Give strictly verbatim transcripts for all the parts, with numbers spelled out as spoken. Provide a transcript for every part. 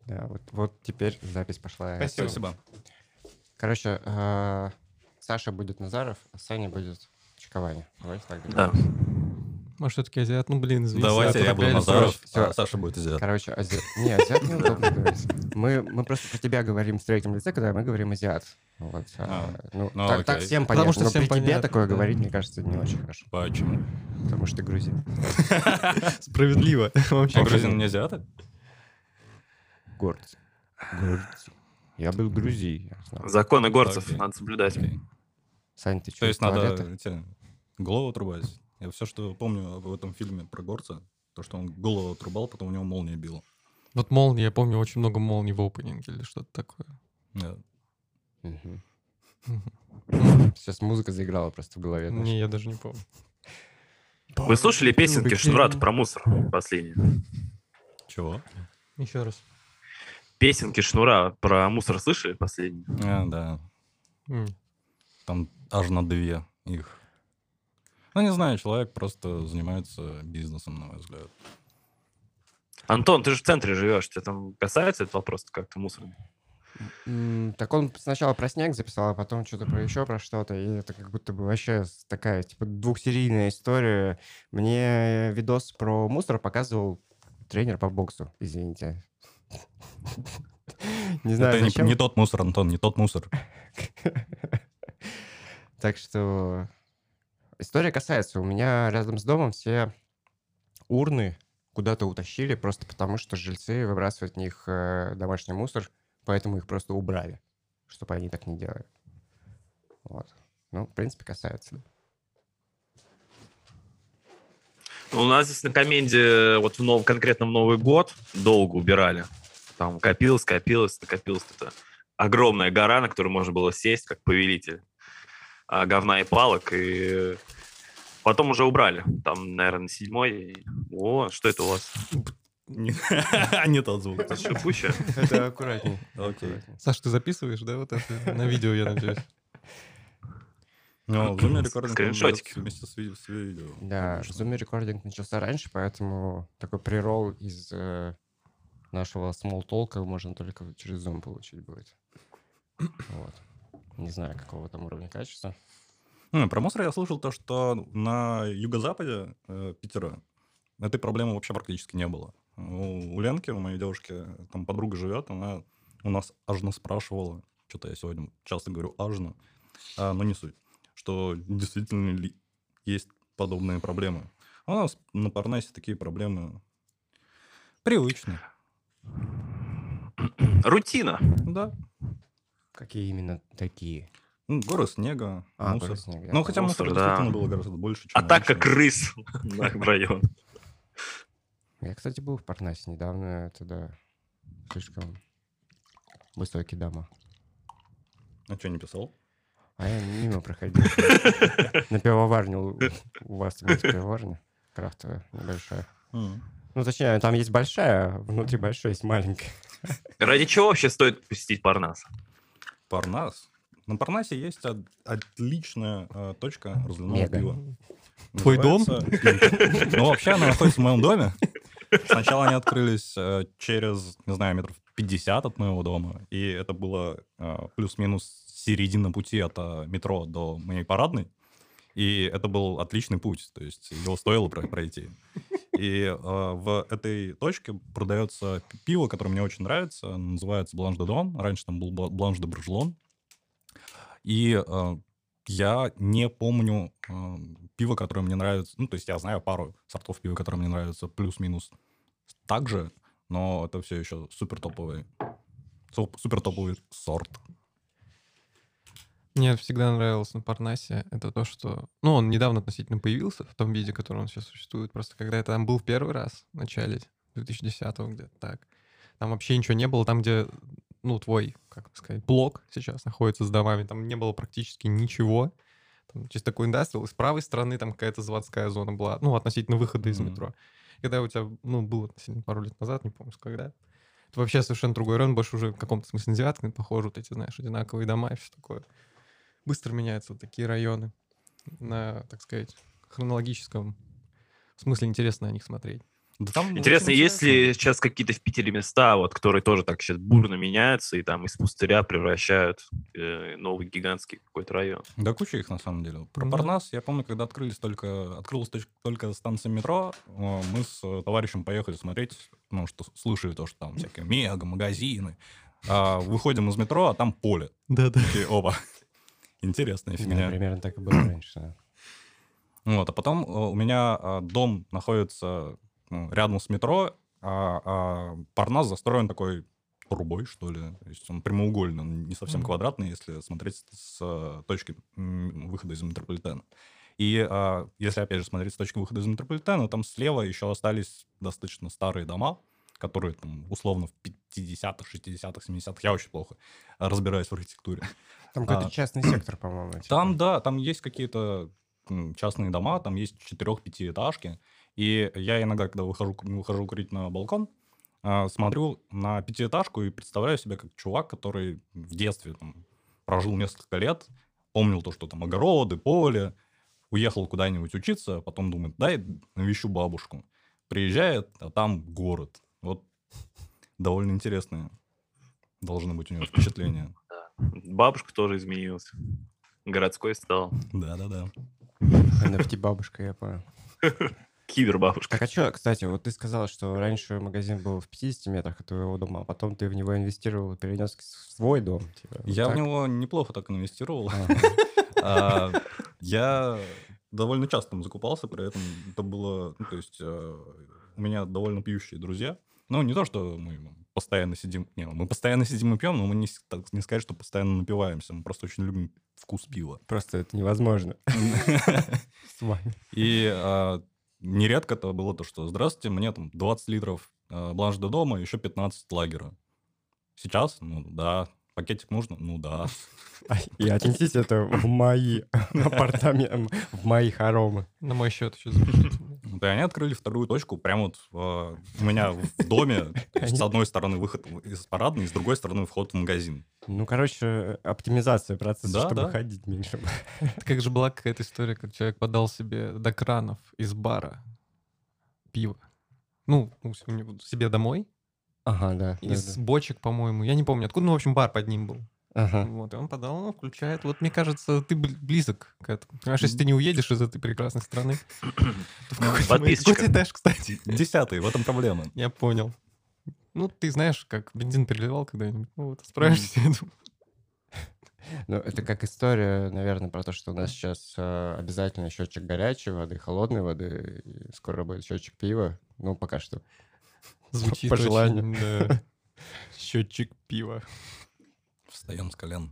Да, вот, вот теперь запись пошла. Спасибо. Спасибо. Короче, э, Саша будет Назаров, а Саня будет Чиковани. Давайте так Да. договоримся. Может, все-таки азиат? Ну, блин, извините. Давайте азиат я буду опять. Назаров, Всё. а Саша будет азиат. Короче, ази... не, азиат неудобно говорить. Мы, мы просто про тебя говорим в третьем лице, когда мы говорим азиат. Вот. а, А, ну, ну, так, так окей. всем Потому понятно. что Но всем при тебе понятно, такое да. говорить, мне кажется, не очень хорошо. Почему? Потому что ты грузин. Справедливо. Вообще. А грузин не азиаты? Горцы. Горцы. Я был в Грузии. я знал. Законы горцев Окей. надо соблюдать. Окей. Сань, ты что, То есть из туалета? надо эти, голову отрубать. Я все, что помню об этом фильме про горца, то, что он голову отрубал, потом у него молния била. Вот молния, я помню, очень много молний в опенинге или что-то такое. Да. Мгм. Мгм. Сейчас музыка заиграла просто в голове. знаешь. Не, я даже не помню. Вы слушали песенки Быкин. Шнурата про мусор последние? Чего? Еще раз. Песенки Шнура про мусор слышали последние? А, да. М. Там аж на две их. Ну, не знаю, человек просто занимается бизнесом, на мой взгляд. Антон, ты же в центре живешь, тебя там касается этот вопрос как-то мусорный? М, Так он сначала про снег записал, а потом что-то про еще про что-то. И это как будто бы вообще с- такая, типа, двухсерийная история. Мне видос про мусор показывал тренер по боксу, извините. Не знаю, Это не, зачем. не тот мусор, Антон, не тот мусор. Так что история касается. У меня рядом с домом все урны куда-то утащили просто потому, что жильцы выбрасывают в них э, домашний мусор, поэтому их просто убрали, чтобы они так не делали. Вот. Ну, в принципе, касается. да. У нас здесь на Коменде вот в нов- конкретно в Новый год долго убирали. Там копилось, копилось, накопилось. Это огромная гора, на которую можно было сесть, как повелитель. А, говна и палок. И потом уже убрали. Там, наверное, седьмой. И- О, что это у вас? Не не тот звук. Это шипучее? Это аккуратней. Окей. аккуратней. Саш, ты записываешь, да, вот это? На видео, я надеюсь. Ну, в Zoom рекординг Скриншотики. вместе с ви- с видео. Да, обычно. Zoom рекординг начался раньше, поэтому такой прирол из э, нашего смолтолка можно только через Zoom получить будет. Вот. Не знаю, какого там уровня качества. Ну, про мусор я слышал то, что на юго-западе э, Питера этой проблемы вообще практически не было. У, у Ленки, у моей девушки, там подруга живет, она у нас ажно спрашивала, что-то я сегодня часто говорю ажно, а, но не суть, что действительно ли есть подобные проблемы. А у нас на Парнасе такие проблемы привычные. Рутина. Да. Какие именно такие? Ну, горы снега, А, мусор. горы снега, я Ну, понял. хотя мусора Мусор, да. действительно было гораздо больше, чем Атака обычно. крыс на район. Я, кстати, был в Парнасе недавно. Это, да, слишком высокий дома. А что, не писал? А я мимо проходил. На пивоварне. У у вас там есть пивоварня крафтовая, небольшая. М. Ну, точнее, там есть большая, а внутри большой есть маленькая. Ради чего вообще стоит посетить Парнас? Парнас. На Парнасе есть од- отличная э, точка разливного Мега. пива. Твой дом? Называется Пинк. Ну, вообще, она находится в моем доме. Сначала они открылись э, через, не знаю, метров пятьдесят от моего дома. И это было э, плюс-минус середина пути от э, метро до моей парадной. И это был отличный путь. То есть его стоило про- пройти. И э, в этой точке продается пи- пиво, которое мне очень нравится. Оно называется Бланш де Дон. Раньше там был Бла- Бланш де Бружлон. И э, я не помню э, пиво, которое мне нравится. Ну, то есть я знаю пару сортов пива, которые мне нравятся плюс-минус так же, но это все еще супер топовый, супер топовый сорт. Мне всегда нравилось на Парнасе, это то, что... Ну, он недавно относительно появился в том виде, в котором он сейчас существует. Просто когда я там был в первый раз, в начале две тысячи десятого где-то так, там вообще ничего не было. Там, где, ну, твой, как сказать, блок сейчас находится с домами, там не было практически ничего. Там чисто такой индастриал. И с правой стороны там какая-то заводская зона была, ну, относительно выхода из Мгм. метро. Когда у тебя, ну, было относительно пару лет назад, не помню, когда, это вообще совершенно другой район, больше уже в каком-то смысле на Девяткино похоже, вот эти, знаешь, одинаковые дома и все такое. Быстро меняются вот такие районы. На, так сказать, хронологическом смысле интересно на них смотреть. Да там Интересно, очень есть ли сейчас какие-то в Питере места, вот, которые тоже так сейчас бурно меняются и там из пустыря превращают э, новый гигантский какой-то район? Да куча их, на самом деле. Про Да. Парнас, я помню, когда открылись только, открылась точ- только станция метро, э, мы с э, товарищем поехали смотреть, ну, что слышали то, что там всякие мега, магазины. А выходим из метро, а там поле. Да-да. Такие, опа, интересная Да, фигня. примерно так и было раньше. да. Вот, а потом э, у меня э, дом находится ну, рядом с метро, а, а Парнас застроен такой трубой, что ли. То есть он прямоугольный, он не совсем Мгм. квадратный, если смотреть с э, точки м, выхода из метрополитена. И а, если, опять же, смотреть с точки выхода из метрополитена, там слева еще остались достаточно старые дома, которые там условно в пятидесятых, шестидесятых, семидесятых, я очень плохо разбираюсь в архитектуре. Там какой-то А, частный сектор, по-моему. типа. Там, да, там есть какие-то м, частные дома, там есть четырех-пятиэтажки. И я иногда, когда выхожу, ку- выхожу курить на балкон, а, смотрю на пятиэтажку и представляю себя как чувак, который в детстве там, прожил несколько лет, помнил то, что там огороды, поле, уехал куда-нибудь учиться, а потом думает, дай навещу бабушку. Приезжает, а там город. Вот довольно интересные должны быть у него впечатления. Бабушка тоже изменилась. Городской стал. Да-да-да. эн эф ти-бабушка, я понял. Кибербабушка. Так а что, кстати, вот ты сказал, что раньше магазин был в пятидесяти метрах от твоего дома, а потом ты в него инвестировал и перенес в свой дом. Типа, вот Я в так? него неплохо так инвестировал. Ага. А, Я довольно часто там закупался, при этом это было, ну, то есть э, у меня довольно пьющие друзья. Ну, не то, что мы постоянно сидим, не, мы постоянно сидим и пьем, но мы не, с- так, не сказать, что постоянно напиваемся, мы просто очень любим вкус пива. Просто это невозможно с вами. И а, нередко это было то, что здравствуйте, мне там двадцать литров а, бланш де дома, еще пятнадцать лагера. Сейчас, ну да, пакетик нужно, ну да. А, И отнесите это в мои апартаменты, в мои хоромы. На мой счет еще запишите. Вот, и они открыли вторую точку прямо вот в- у меня в доме. То есть с одной стороны выход из парадной, с другой стороны вход в магазин. Ну, короче, оптимизация процесса, Да, чтобы да. ходить меньше. было. Это как же была какая-то история, как человек подал себе до кранов из бара пиво. Ну, у с- у него себе домой, Ага, да. да, из да. бочек, по-моему. Я не помню, откуда, ну, в общем, бар под ним был. Ага. Вот, и он подал, он включает. Вот, мне кажется, ты бли- близок к этому. Понимаешь, если ты не уедешь из этой прекрасной страны, то в какой-то момент- Подписочка. Какой ты этаж, кстати? Десятый, в этом проблема. Я понял. Ну, ты знаешь, как бензин переливал когда-нибудь. Ну, вот, справишься, я думаю. Ну, это как история, наверное, про то, что у нас сейчас э, обязательно счетчик горячей воды, холодной воды, и скоро будет счетчик пива. Ну, пока что. Звучит По желанию. очень, да. Счетчик пива. Встаем с колен.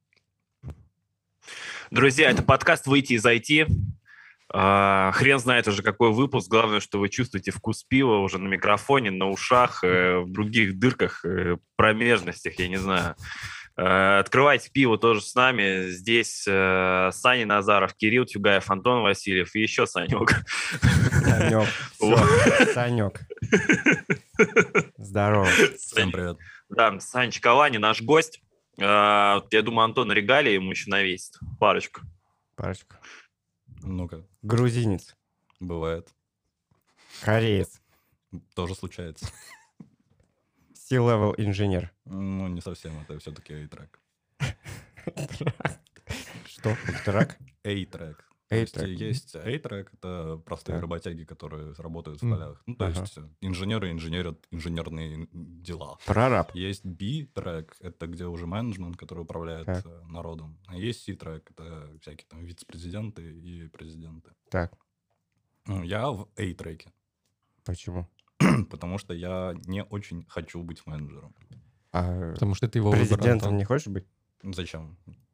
Друзья, это подкаст «Выйти и зайти». А, хрен знает уже, какой выпуск. Главное, что вы чувствуете вкус пива уже на микрофоне, на ушах, э, в других дырках, э, промежностях, я не знаю. Э, открывайте пиво тоже с нами. Здесь э, Саня Назаров, Кирилл Тюгаев, Антон Васильев и еще Санек. Санек. Всё, Санек. Здорово. Всем привет. Да, Саня Чковани, наш гость. Э, Я думаю, Антон регалии ему еще навесит. Парочку. Парочку. Ну-ка, Грузинец. бывает. Кореец. Тоже случается. C-level инженер. Ну, не совсем, это все-таки A-трек. Что? Трак? A-трек. То есть A-трек. есть A-трек, это простые Так. работяги, которые работают в М. полях. Ну, то Ага. есть инженеры инженерят инженерные дела. Прораб. Есть B-трек, это где уже менеджмент, который управляет Так. э, народом. А есть C-трек, это всякие там вице-президенты и президенты. Так, Ну, я в A-треке, почему? потому что я не очень хочу быть менеджером. А Потому что ты его выбор, президентом Антон. не хочешь быть? Зачем?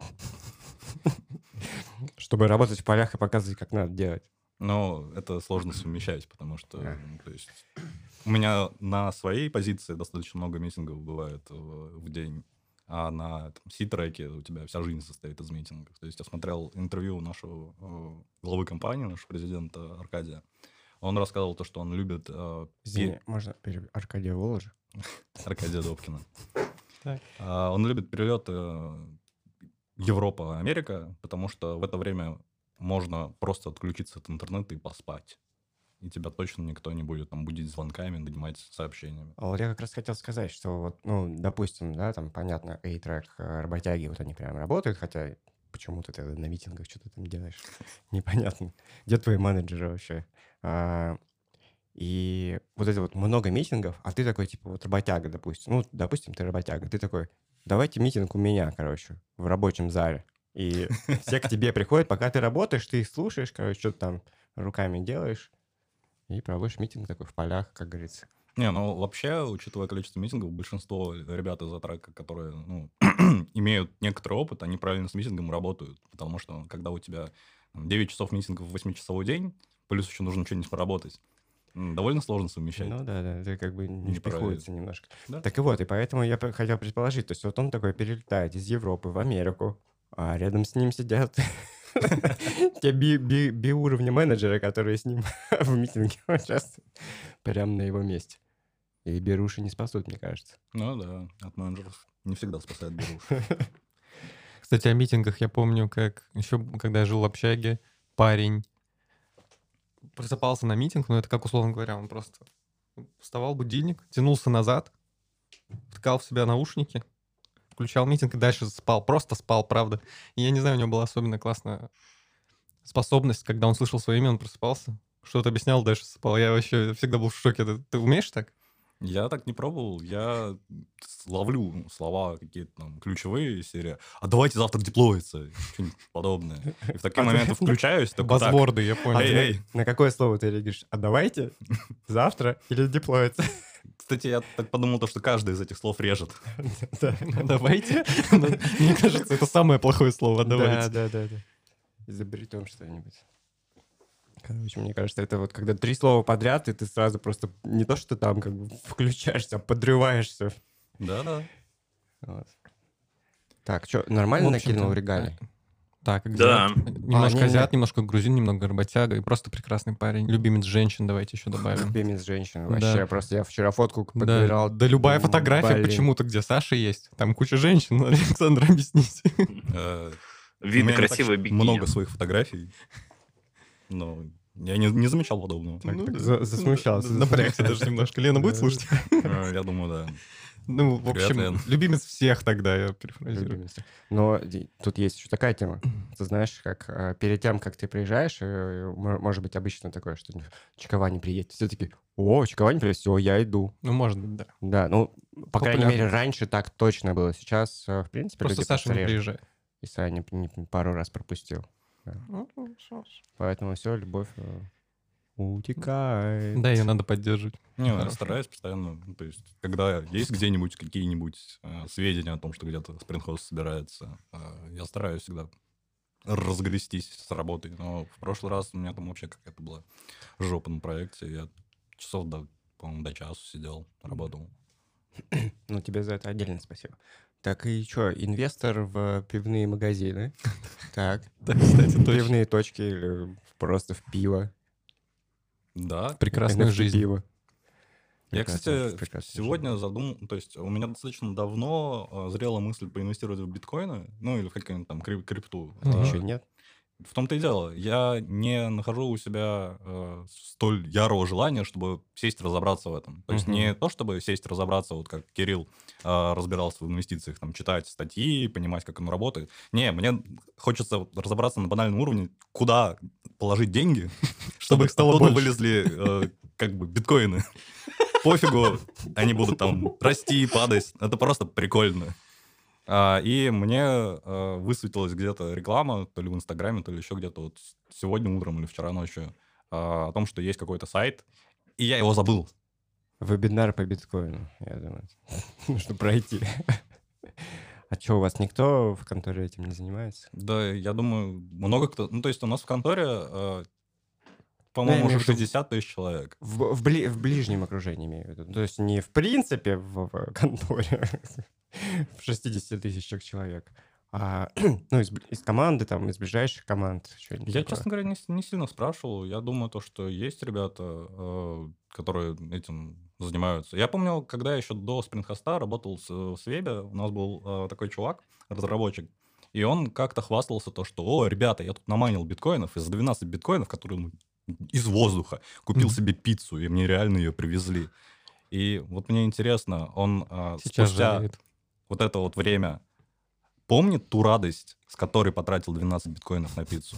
Чтобы работать в полях и показывать, как надо делать. Но это сложно совмещать, потому что, А. ну, то есть, у меня на своей позиции достаточно много митингов бывает в, в день, а на там, C-треке у тебя вся жизнь состоит из митингов. То есть я смотрел интервью нашего э, главы компании, нашего президента Аркадия. Он рассказывал то, что он любит э, Извини, можно пере- Аркадия Воложа? Аркадия Добкина. Так. А, Он любит перелеты Европа-Америка, потому что в это время можно просто отключиться от интернета и поспать. и тебя точно никто не будет там будить звонками, донимать сообщениями. А вот я как раз хотел сказать, что вот, ну, допустим, да, там, понятно, A-Track, э, работяги, вот они прям работают, хотя почему-то ты на митингах что-то там делаешь, непонятно. Где твои менеджеры вообще? А, И вот это вот много митингов, а ты такой, типа, вот работяга, допустим. Ну, допустим, ты работяга. Ты такой, давайте митинг у меня, короче, в рабочем зале. И все к тебе приходят, пока ты работаешь, ты их слушаешь, короче, что-то там руками делаешь, и проводишь митинг такой в полях, как говорится. Не, ну вообще, учитывая количество митингов, большинство ребят из трека, которые ну, имеют некоторый опыт, они правильно с митингом работают. Потому что когда у тебя там, девять часов митингов в восьмичасовой день, плюс еще нужно что-нибудь поработать, м, довольно сложно совмещать. Ну да, да, это как бы не Не впихуется немножко. Да. Так и вот, и поэтому я п- хотел предположить, то есть вот он такой перелетает из Европы в Америку, а рядом с ним сидят те би- би- би-уровня менеджеры, которые с ним в митинге участвуют, прямо на его месте. И беруши не спасут, мне кажется. Ну да, от менеджеров не всегда спасает беруш. Кстати, о митингах я помню, как еще когда я жил в общаге, парень просыпался на митинг, но это как, условно говоря, он просто вставал будильник, тянулся назад, втыкал в себя наушники, включал митинг и дальше спал. Просто спал, правда. И я не знаю, у него была особенно классная способность, когда он слышал свое имя, он просыпался, что-то объяснял, дальше спал. Я вообще всегда был в шоке. Ты, ты умеешь так? Я так не пробовал, я ловлю слова какие-то там ключевые из серии, а давайте завтра деплоиться, что-нибудь подобное. И в такие моменты включаюсь, такой, так, Базворды, я А понял. Эй, ты на- эй. на какое слово ты реагируешь? А давайте завтра или деплоиться? Кстати, я так подумал, то, что каждый из этих слов режет. Да. Давайте. Мне кажется, это самое плохое слово. Да, Давайте. да, да, да. Изобретем что-нибудь. Короче, мне кажется, это вот когда три слова подряд, и ты сразу просто не то, что там как бы включаешься, а подрываешься. Да-да. Вот. Так, что, нормально В общем-то, накинул регалий? Так, Да. азиат. Немножко А, не, азиат, немножко грузин, немного работяга. И просто прекрасный парень. Любимец женщин, давайте еще добавим. Любимец женщин. Да. Вообще, просто я вчера фотку Да, подбирал. да любая фотография Блин. почему-то, где Саша есть. Там куча женщин. Александр, объясните. Э, у Видно меня не красивое так бикини. много своих фотографий, но я не, не замечал подобного. Так, Ну так да. за- засмущался. Напрягся даже немножко. Лена будет Да. слушать? Э, Я думаю, да. Ну, в Привет, общем, Лен. любимец всех тогда, я перефразирую. Любимец. Но ди- тут есть еще такая тема. Ты знаешь, как э, перед тем, как ты приезжаешь, э, м- может быть обычно такое, что Чикова не приедет. Все таки о, Чикова не приедет, все, я иду. Ну, может быть, да. Да, ну, по крайней Популярно. мере, раньше так точно было. Сейчас, э, в принципе, Просто люди Саша не реже. приезжает. И Саня не- не- пару раз пропустил. Поэтому все, любовь э, утекает. Да, ее надо поддерживать. Не, я Хорошо. стараюсь постоянно, ну, то есть, когда есть где-нибудь какие-нибудь э, сведения о том, что где-то спринтхост собирается, э, я стараюсь всегда разгрестись с работой. Но в прошлый раз у меня там вообще какая-то была жопа на проекте. Я часов до, по-моему, до часу сидел, работал. Ну, тебе за это отдельно спасибо. Так и что, инвестор в пивные магазины? Так, Да, кстати, точно. пивные точки или просто в пиво? Да. Прекрасную эн эф ти жизнь. пиво. Я, Прекрасная- кстати, прекрасная сегодня задумал, то есть у меня достаточно давно э, зрела мысль поинвестировать в биткоины, ну или в какую-нибудь там крип- крипту. жизнь. Мгм. Э, Еще нет? В том-то и дело. Я не нахожу у себя э, столь ярого желания, чтобы сесть разобраться в этом. То есть Мгм. не то, чтобы сесть разобраться, вот как Кирилл э, разбирался в инвестициях, там, читать статьи, понимать, как оно работает. Не, мне хочется вот разобраться на банальном уровне, куда положить деньги, чтобы их стало оттуда больше. вылезли э, как бы биткоины. Пофигу, они будут там расти, падать. Это просто прикольно. А, и мне э, высветилась где-то реклама, то ли в Инстаграме, то ли еще где-то вот сегодня утром или вчера ночью, а, о том, что есть какой-то сайт, и я его забыл. Вебинар по биткоину, я думаю. Нужно пройти. А что, у вас никто в конторе этим не занимается? Да, я думаю, много кто... Ну, то есть у нас в конторе, э, я по-моему, имею уже в виду- шестьдесят тысяч человек. В, в бли- в ближнем окружении имею в виду. То есть не в принципе в, в конторе в шестьдесят тысячах человек, а ну, из, бли- из команды, там, из ближайших команд. что-нибудь Я, такое. честно говоря, не, с- не сильно спрашивал. Я думаю, то, что есть ребята, э, которые этим занимаются. Я помню, когда я еще до спринтхоста работал с, в Свебе, у нас был э, такой чувак, разработчик, и он как-то хвастался то, что, о, ребята, я тут намайнил биткоинов, и за двенадцать биткоинов, которые ему из воздуха. Купил Мгм. себе пиццу, и мне реально ее привезли. И вот мне интересно, он а, Сейчас спустя жалеет. вот это вот время помнит ту радость, с которой потратил двенадцать биткоинов на пиццу?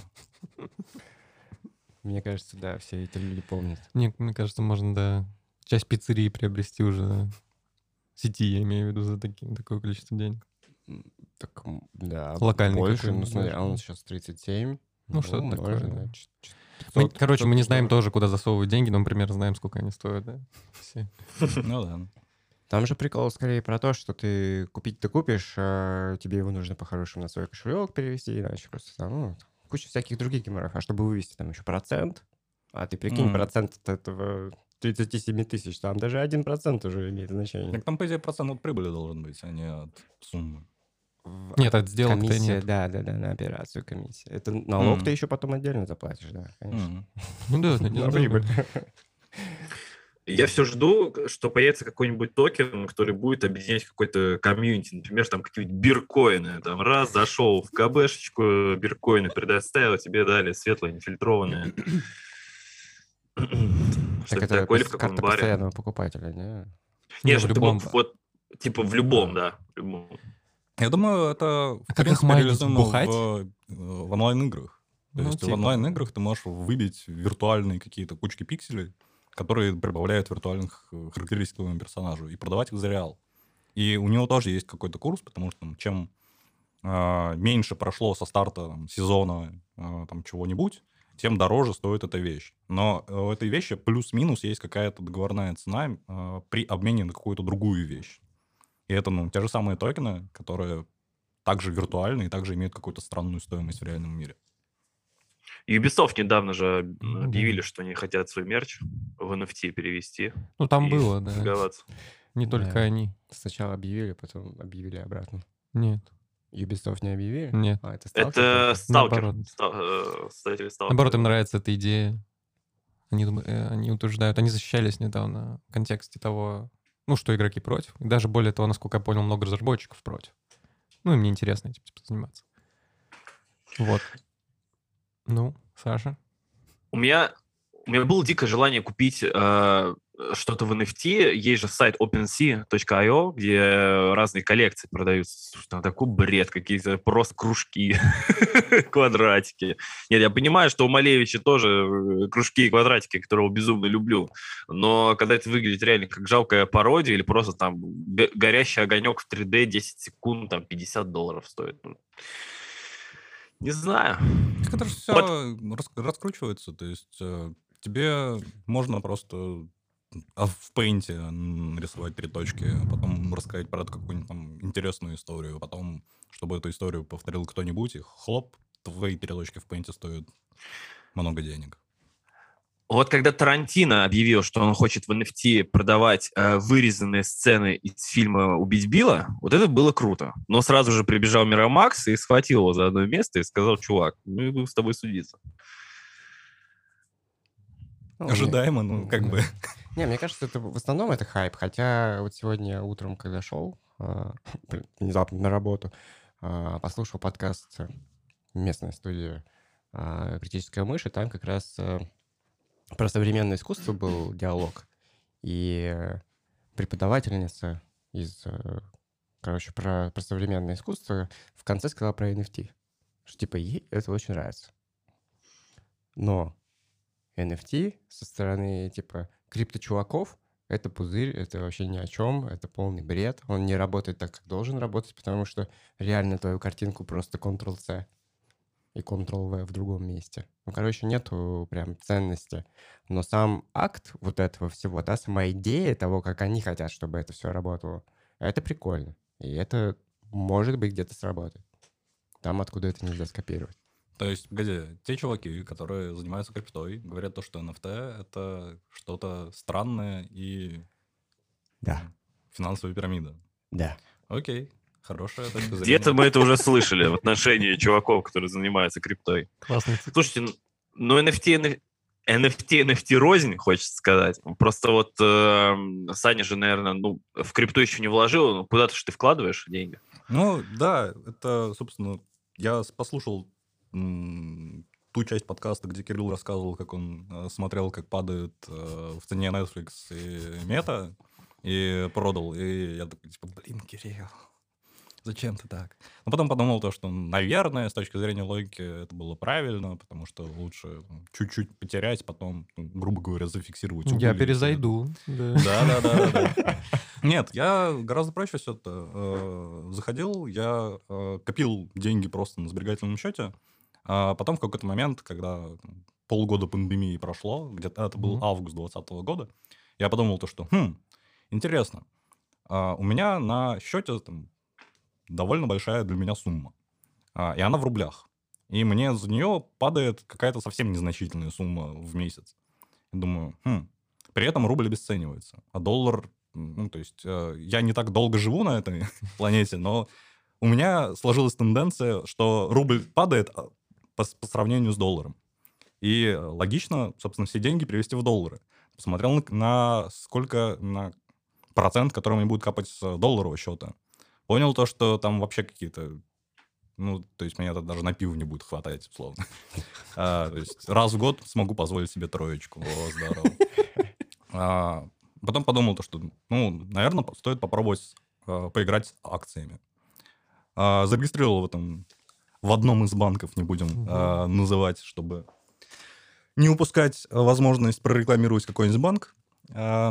Мне кажется, да, все эти люди помнят. Мне, мне кажется, можно, да, часть пиццерии приобрести уже сети, я имею в виду, за такие, такое количество денег. М, Так, м, да, Локальный больше. Ну, какой-нибудь смотри, даже, а он да. сейчас тридцать семь. Ну, что-то умножь, такое, да, да. ч- ч- Мы, пятьсот короче, мы не знаем долларов. тоже, куда засовывать деньги, но мы примерно знаем, сколько они стоят, да? Все. Ну да. Там же прикол скорее про то, что ты купить ты купишь, а тебе его нужно по-хорошему на свой кошелек перевести, иначе просто там, ну, там куча всяких других геморроев. А чтобы вывести там еще процент, а ты прикинь, Мгм. процент от этого тридцать семь тысяч, там даже один процент уже имеет значение. Так там, по идее, процент от прибыли должен быть, а не от суммы. В- Нет, а от сделок-то комиссия, нет. да, да, да, на операцию комиссия. Это налог ты М. еще потом отдельно заплатишь, да, конечно. М. Ну да, на На прибыль. Я все жду, что появится какой-нибудь токен, который будет объединять какой-то комьюнити. Например, там какие-нибудь биркоины. Там раз зашел в КБшечку, биркоины предоставил, тебе дали светлое, нефильтрованное. Так Что-то это такое, или пос- в каком карта баре. постоянного покупателя, не? Не, Нет, в чтобы ты любом. мог вот, типа, в любом, А. да. В любом. Я думаю, это, в А как их принципе, майнить? реализуемо Бухать? в, э, в онлайн-играх. То Ну, есть в типа. онлайн-играх ты можешь выбить виртуальные какие-то кучки пикселей, которые прибавляют виртуальных э, характеристик твоему персонажу, и продавать их за реал. И у него тоже есть какой-то курс, потому что там, чем а, меньше прошло со старта там, сезона а, там, чего-нибудь, тем дороже стоит эта вещь. Но э, у этой вещи плюс-минус есть какая-то договорная цена а, при обмене на какую-то другую вещь. И это, ну, те же самые токены, которые также виртуальны и также имеют какую-то странную стоимость в реальном мире. Ubisoft недавно же Ну, объявили, да. что они хотят свой мерч в эн эф ти перевести. Ну, там и было, да. торговаться. Не только Да. они. Сначала объявили, потом объявили обратно. Нет, Ubisoft не объявили? нет. А, это Stalker Это только? Сталкер. Наоборот. Ста- э, Создатели Сталкера. Наоборот, им нравится эта идея. Они, дум- э, они утверждают, они защищались недавно в контексте того, ну, что игроки против. И даже более того, насколько я понял, много разработчиков против. Ну, им неинтересно этим типа, заниматься. Вот. Ну, Саша? У меня, у меня было дикое желание купить э, что-то в эн эф ти. Есть же сайт OpenSea точка ай о, где разные коллекции продаются. Слушай, там такой бред, какие-то просто кружки, квадратики. Нет, я понимаю, что у Малевича тоже э, кружки и квадратики, которого безумно люблю. Но когда это выглядит реально как жалкая пародия или просто там г- горящий огонек в три дэ десять секунд, там пятьдесят долларов стоит. Ну, не знаю. Так это же все раскручивается. То есть э, тебе можно просто а, в пейнте нарисовать три точки, а потом рассказать про это какую-нибудь там интересную историю, а потом, чтобы эту историю повторил кто-нибудь, и хлоп, твои три точки в пейнте стоят много денег. Вот когда Тарантино объявил, что он хочет в эн эф ти продавать э, вырезанные сцены из фильма «Убить Билла», вот это было круто. Но сразу же прибежал Мирамакс и схватил его за одно место и сказал: чувак, мы будем с тобой судиться. Ну, мне- Ожидаемо, ну, как да. бы. Не, мне кажется, это в основном это хайп. Хотя вот сегодня утром, когда шел, а, блин, внезапно на работу, а, послушал подкаст э, местной студии а, «Критическая мышь», и там как раз э, про современное искусство был диалог. И э, преподавательница из, э, короче, про, про современное искусство в конце сказала про эн эф ти. Что типа ей это очень нравится. Но эн эф ти со стороны типа крипточуваков — это пузырь, это вообще ни о чем, это полный бред. Он не работает так, как должен работать, потому что реально твою картинку просто контрол-C и контрол-V в другом месте. Ну, короче, нету прям ценности. Но сам акт вот этого всего, да, сама идея того, как они хотят, чтобы это все работало, это прикольно. И это, может быть, где-то сработает. Там, откуда это нельзя скопировать. То есть, погоди, те чуваки, которые занимаются криптой, говорят то, что эн эф ти — это что-то странное и Да, финансовая пирамида. да. Окей, хорошая точка зрения. Где-то мы это уже слышали в отношении чуваков, которые занимаются криптой. Классный цикл. Слушайте, н- ну эн эф ти, эн эф ти, эн эф ти рознь, хочется сказать. Просто вот э, Саня же, наверное, ну, в крипту еще не вложил, но куда-то же ты вкладываешь деньги. Ну, да, это, собственно, я с- послушал м, ту часть подкаста, где Кирилл рассказывал, как он э, смотрел, как падает э, в цене Netflix и Мета, и продал. И я такой, типа, блин, Кирилл, зачем ты так? Но потом подумал то, что, наверное, с точки зрения логики это было правильно, потому что лучше ну, чуть-чуть потерять, потом, ну, грубо говоря, зафиксировать убыль. Я перезайду. Да. Да-да-да. Нет, я гораздо проще все это э, заходил, я э, копил деньги просто на сберегательном счете, а потом в какой-то момент, когда там, полгода пандемии прошло, где-то это был Мгм. август двадцатого года, я подумал то, что, хм, интересно, а, у меня на счете там довольно большая для меня сумма, а, и она в рублях, и мне за нее падает какая-то совсем незначительная сумма в месяц. Я думаю, хм, при этом рубль обесценивается, а доллар, ну, то есть э, я не так долго живу на этой планете, но у меня сложилась тенденция, что рубль падает а, по, с- по сравнению с долларом. И э, логично, собственно, все деньги перевести в доллары. Посмотрел на, на сколько, на процент, который мне будет капать с э, долларового счета. Понял то, что там вообще какие-то... Ну, то есть меня это даже на пиво не будет хватать, условно. А, то есть раз в год смогу позволить себе троечку. О, здорово. А, Потом подумал то, что, ну, наверное, стоит попробовать а, поиграть с акциями. А, Зарегистрировал в этом в одном из банков, не будем Мгм. а, называть, чтобы не упускать а, возможность прорекламировать какой-нибудь банк. А,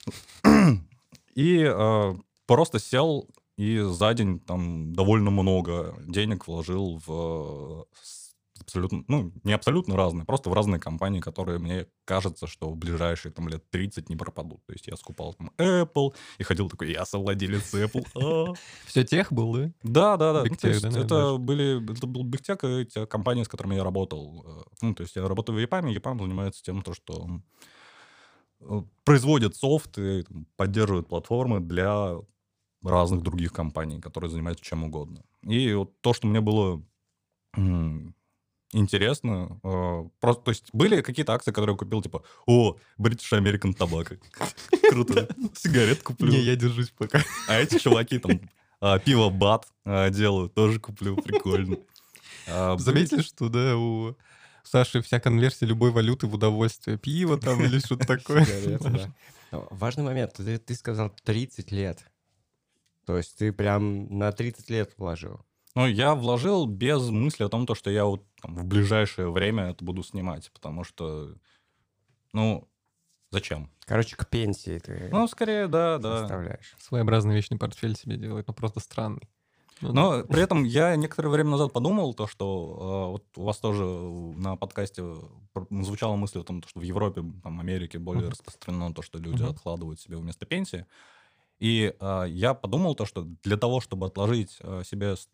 И а, просто сел и за день там довольно много денег вложил в э, с- абсолютно, ну, не абсолютно разные, просто в разные компании, которые мне кажется, что в ближайшие там лет тридцать не пропадут. То есть я скупал там Apple и ходил такой, я совладелец Apple. а». Все тех был, да? Да, да, да. Ну, Big то Tech, есть да, наверное, это даже? были, это был Big Tech и те компании, с которыми я работал. Э, Ну, то есть я работаю в EPAM, и EPAM занимается тем, то, что м, э, производит софт и там, поддерживает платформы для разных других компаний, которые занимаются чем угодно. И вот то, что мне было м, интересно, э, просто, то есть были какие-то акции, которые я купил, типа, о, British American Tobacco. Круто. Сигарет куплю. Не, я держусь пока. А эти чуваки там а, пиво Бат а, делают, тоже куплю, прикольно. А, были- Заметили, что, да, у Саши вся конверсия любой валюты в удовольствие. Пиво там или что-то такое. Сигареты, да. Но важный момент. Ты, ты сказал тридцать лет. То есть ты прям на тридцать лет вложил. Ну, я вложил без мысли о том, то, что я вот там, в ближайшее время это буду снимать, потому что, ну, зачем? Короче, к пенсии ты Ну, скорее, да, да. оставляешь. Своеобразный вечный портфель себе делает, но просто странный. Ну да. Но при этом я некоторое время назад подумал, то, что э, вот у вас тоже на подкасте пр- звучала мысль о том, что в Европе, там, Америке более Мгм. распространено то, что люди Мгм. откладывают себе вместо пенсии. И э, я подумал то, что для того, чтобы отложить э, себе с-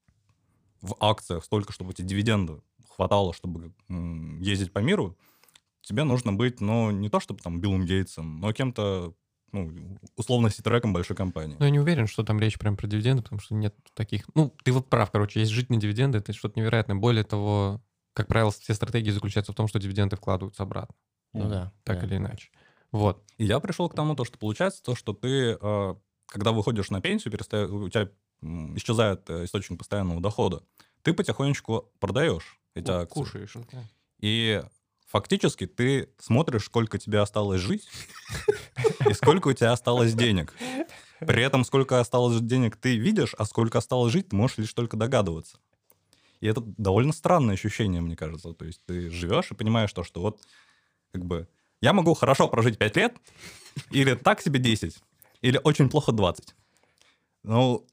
в акциях столько, чтобы эти дивиденды хватало, чтобы м, ездить по миру, тебе нужно быть, ну, не то чтобы там Биллом Гейтсом, но кем-то, ну, условно, ситреком большой компании. Но я не уверен, что там речь прям про дивиденды, потому что нет таких... Ну, ты вот прав, короче, есть жить на дивиденды, это что-то невероятное. Более того, как правило, все стратегии заключаются в том, что дивиденды вкладываются обратно. Ну да. Так да. или иначе. Вот. И я пришел к тому, то, что получается то, что ты, э, когда выходишь на пенсию, переста- у тебя м, исчезает э, источник постоянного дохода, ты потихонечку продаешь эти Ну, акции. Кушаешь. да. И фактически ты смотришь, сколько тебе осталось жить и сколько у тебя осталось денег. При этом сколько осталось денег ты видишь, а сколько осталось жить, ты можешь лишь только догадываться. И это довольно странное ощущение, мне кажется. То есть ты живешь и понимаешь то, что вот как бы я могу хорошо прожить пять лет, или так себе десять, или очень плохо двадцать. Ну,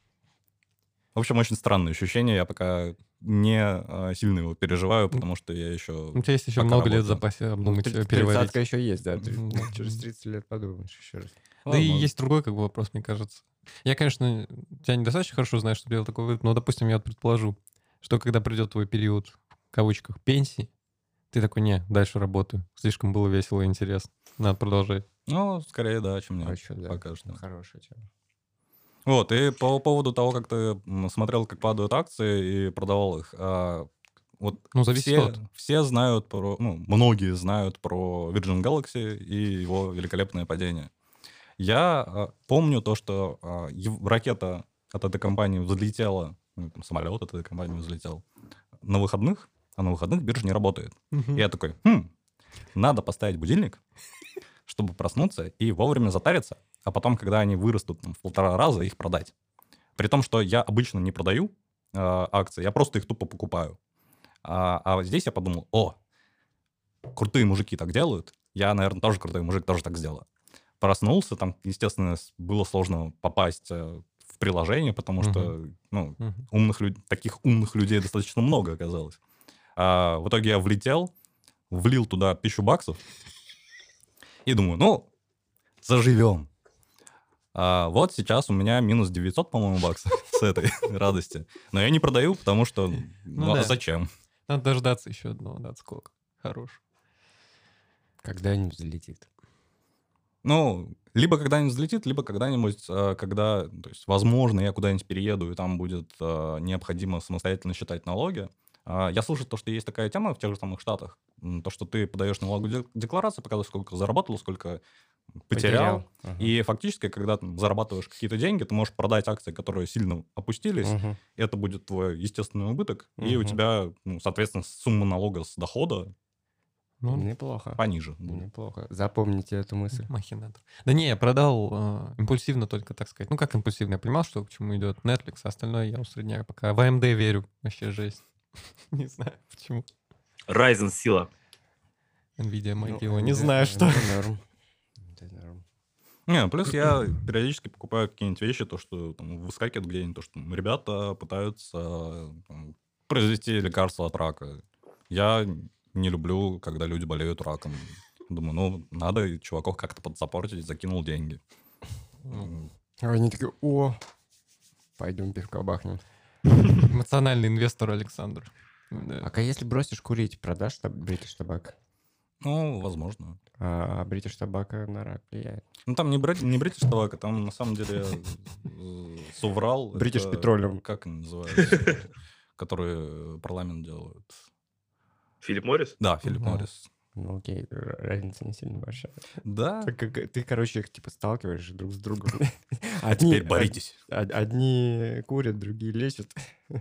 в общем, очень странное ощущение. Я пока не а, сильно его переживаю, потому что я еще... У тебя есть еще Пока много лет в работаю. запасе Ну, обдумать, тридцать- э, переварить. тридцатка еще есть, да. Ты Мгм, да. через тридцать лет подумаешь еще раз. Да и Возможно. есть другой как бы вопрос, мне кажется. Я, конечно, тебя недостаточно хорошо знаю, чтобы делать такой вывод, но, допустим, я вот предположу, что когда придет твой период, в кавычках, пенсии, ты такой, не, дальше работаю. Слишком было весело и интересно. Надо продолжать. Ну, скорее, да, чем нет. А чё, да. Пока что. Хорошая тема. Вот, и по поводу того, как ты м, смотрел, как падают акции и продавал их, а, вот Ну, зависит все, от. все знают про, ну, многие знают про Virgin Galaxy и его великолепное падение. Я а, помню то, что а, ев- ракета от этой компании взлетела, ну, там, самолет от этой компании взлетел на выходных, а на выходных биржа не работает. Мгм. И я такой, хм, надо поставить будильник, чтобы проснуться и вовремя затариться, а потом, когда они вырастут там, в полтора раза, их продать. При том, что я обычно не продаю э, акции, я просто их тупо покупаю. А, а здесь я подумал, о, крутые мужики так делают, я, наверное, тоже крутой мужик, тоже так сделаю. Проснулся, там, естественно, с- было сложно попасть э, в приложение, потому что ну, Мгм. умных люд- таких умных людей достаточно много оказалось. А в итоге я влетел, влил туда тысячу баксов и думаю, ну, заживем. А вот сейчас у меня минус девятьсот, по-моему, баксов с этой радости. Но я не продаю, потому что, ну, Ну а да. зачем? Надо дождаться еще одного, да, отскока. Хорош. Когда-нибудь залетит. Ну, либо когда-нибудь взлетит, либо когда-нибудь, э, когда, то есть, возможно, я куда-нибудь перееду, и там будет э, необходимо самостоятельно считать налоги. А, Я слышал, то, что есть такая тема в тех же самых Штатах. м, То, что ты подаешь налоговую де- декларацию, показываешь, сколько заработал, сколько потерял. Ага. И фактически, когда ты зарабатываешь какие-то деньги, ты можешь продать акции, которые сильно опустились. Мгм. Это будет твой естественный убыток. И у Мгм. тебя, ну, соответственно, сумма налога с дохода Ну, Неплохо. пониже будет. Неплохо. Запомните эту мысль. махинатор. Да не, я продал э, импульсивно только, так сказать. Ну, как импульсивно? Я понимал, что к чему идет Netflix, а остальное я усредняю пока. В A M D верю. Вообще жесть. Не знаю, почему. Ryzen сила. Nvidia, Ну, мать его, не это- знаю, что. это норм. Это норм. Не, плюс я периодически покупаю какие-нибудь вещи, то, что там выскакивает где-нибудь, то, что там, ребята пытаются там, произвести лекарство от рака. Я не люблю, когда люди болеют раком. Думаю, ну, надо чуваков как-то подсаппортить, закинул деньги. Ну, А они такие, о, пойдем пивка бахнем. Эмоциональный инвестор Александр. Да. А если бросишь курить, продашь таб- бритиш табак? Ну, возможно. А бритиш табака на рак влияет. Ну, там не, брит, не бритиш табака, там на самом деле э, Суврал. Бритиш это- Петролиум. Как они называются? Которые парламент делают. Филипп Моррис? Да, Филипп Да. Моррис. Ну окей, р- разница не сильно большая. Да. Так как ты, короче, их типа сталкиваешь друг с другом. А теперь боритесь. од- Одни курят, другие лечат.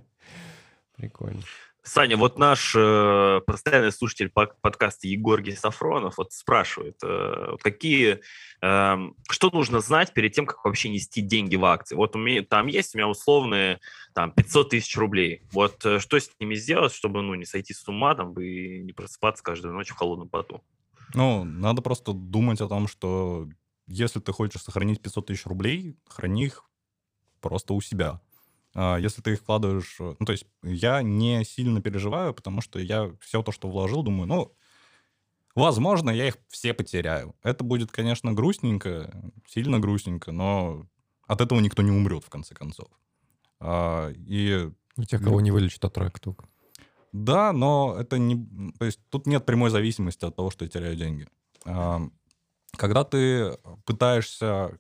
Прикольно. Саня, вот наш э, постоянный слушатель пок- подкаста Егор Сафронов вот спрашивает, э, вот какие, эм, что нужно знать перед тем, как вообще нести деньги в акции? Вот у меня, там есть у меня условные там, пятьсот тысяч рублей. Вот э, что с ними сделать, чтобы ну, не сойти с ума там, и не просыпаться каждую ночь в холодном поту? Ну, надо просто думать о том, что если ты хочешь сохранить пятьсот тысяч рублей, храни их просто у себя. А если ты их вкладываешь... э, Ну, то есть я не сильно переживаю, потому что я все то, что вложил, думаю, ну, возможно, я их все потеряю. Это будет, конечно, грустненько, сильно грустненько, но от этого никто не умрет, в конце концов. А, И У тех, кого не вылечит от рака только. да, но это не... То есть тут нет прямой зависимости от того, что я теряю деньги. А, Когда ты пытаешься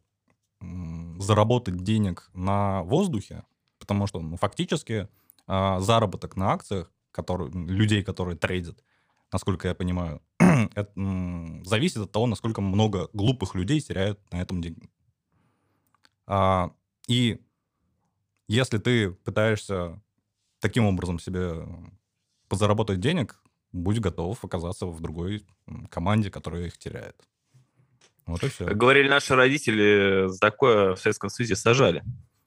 м, заработать денег на воздухе, потому что ну, фактически а, заработок на акциях который, людей, которые трейдят, насколько я понимаю, это, м, зависит от того, насколько много глупых людей теряют на этом деньги. А, И если ты пытаешься таким образом себе позаработать денег, будь готов оказаться в другой м, команде, которая их теряет. Вот и все. Как говорили наши родители, за такое в Советском Союзе сажали.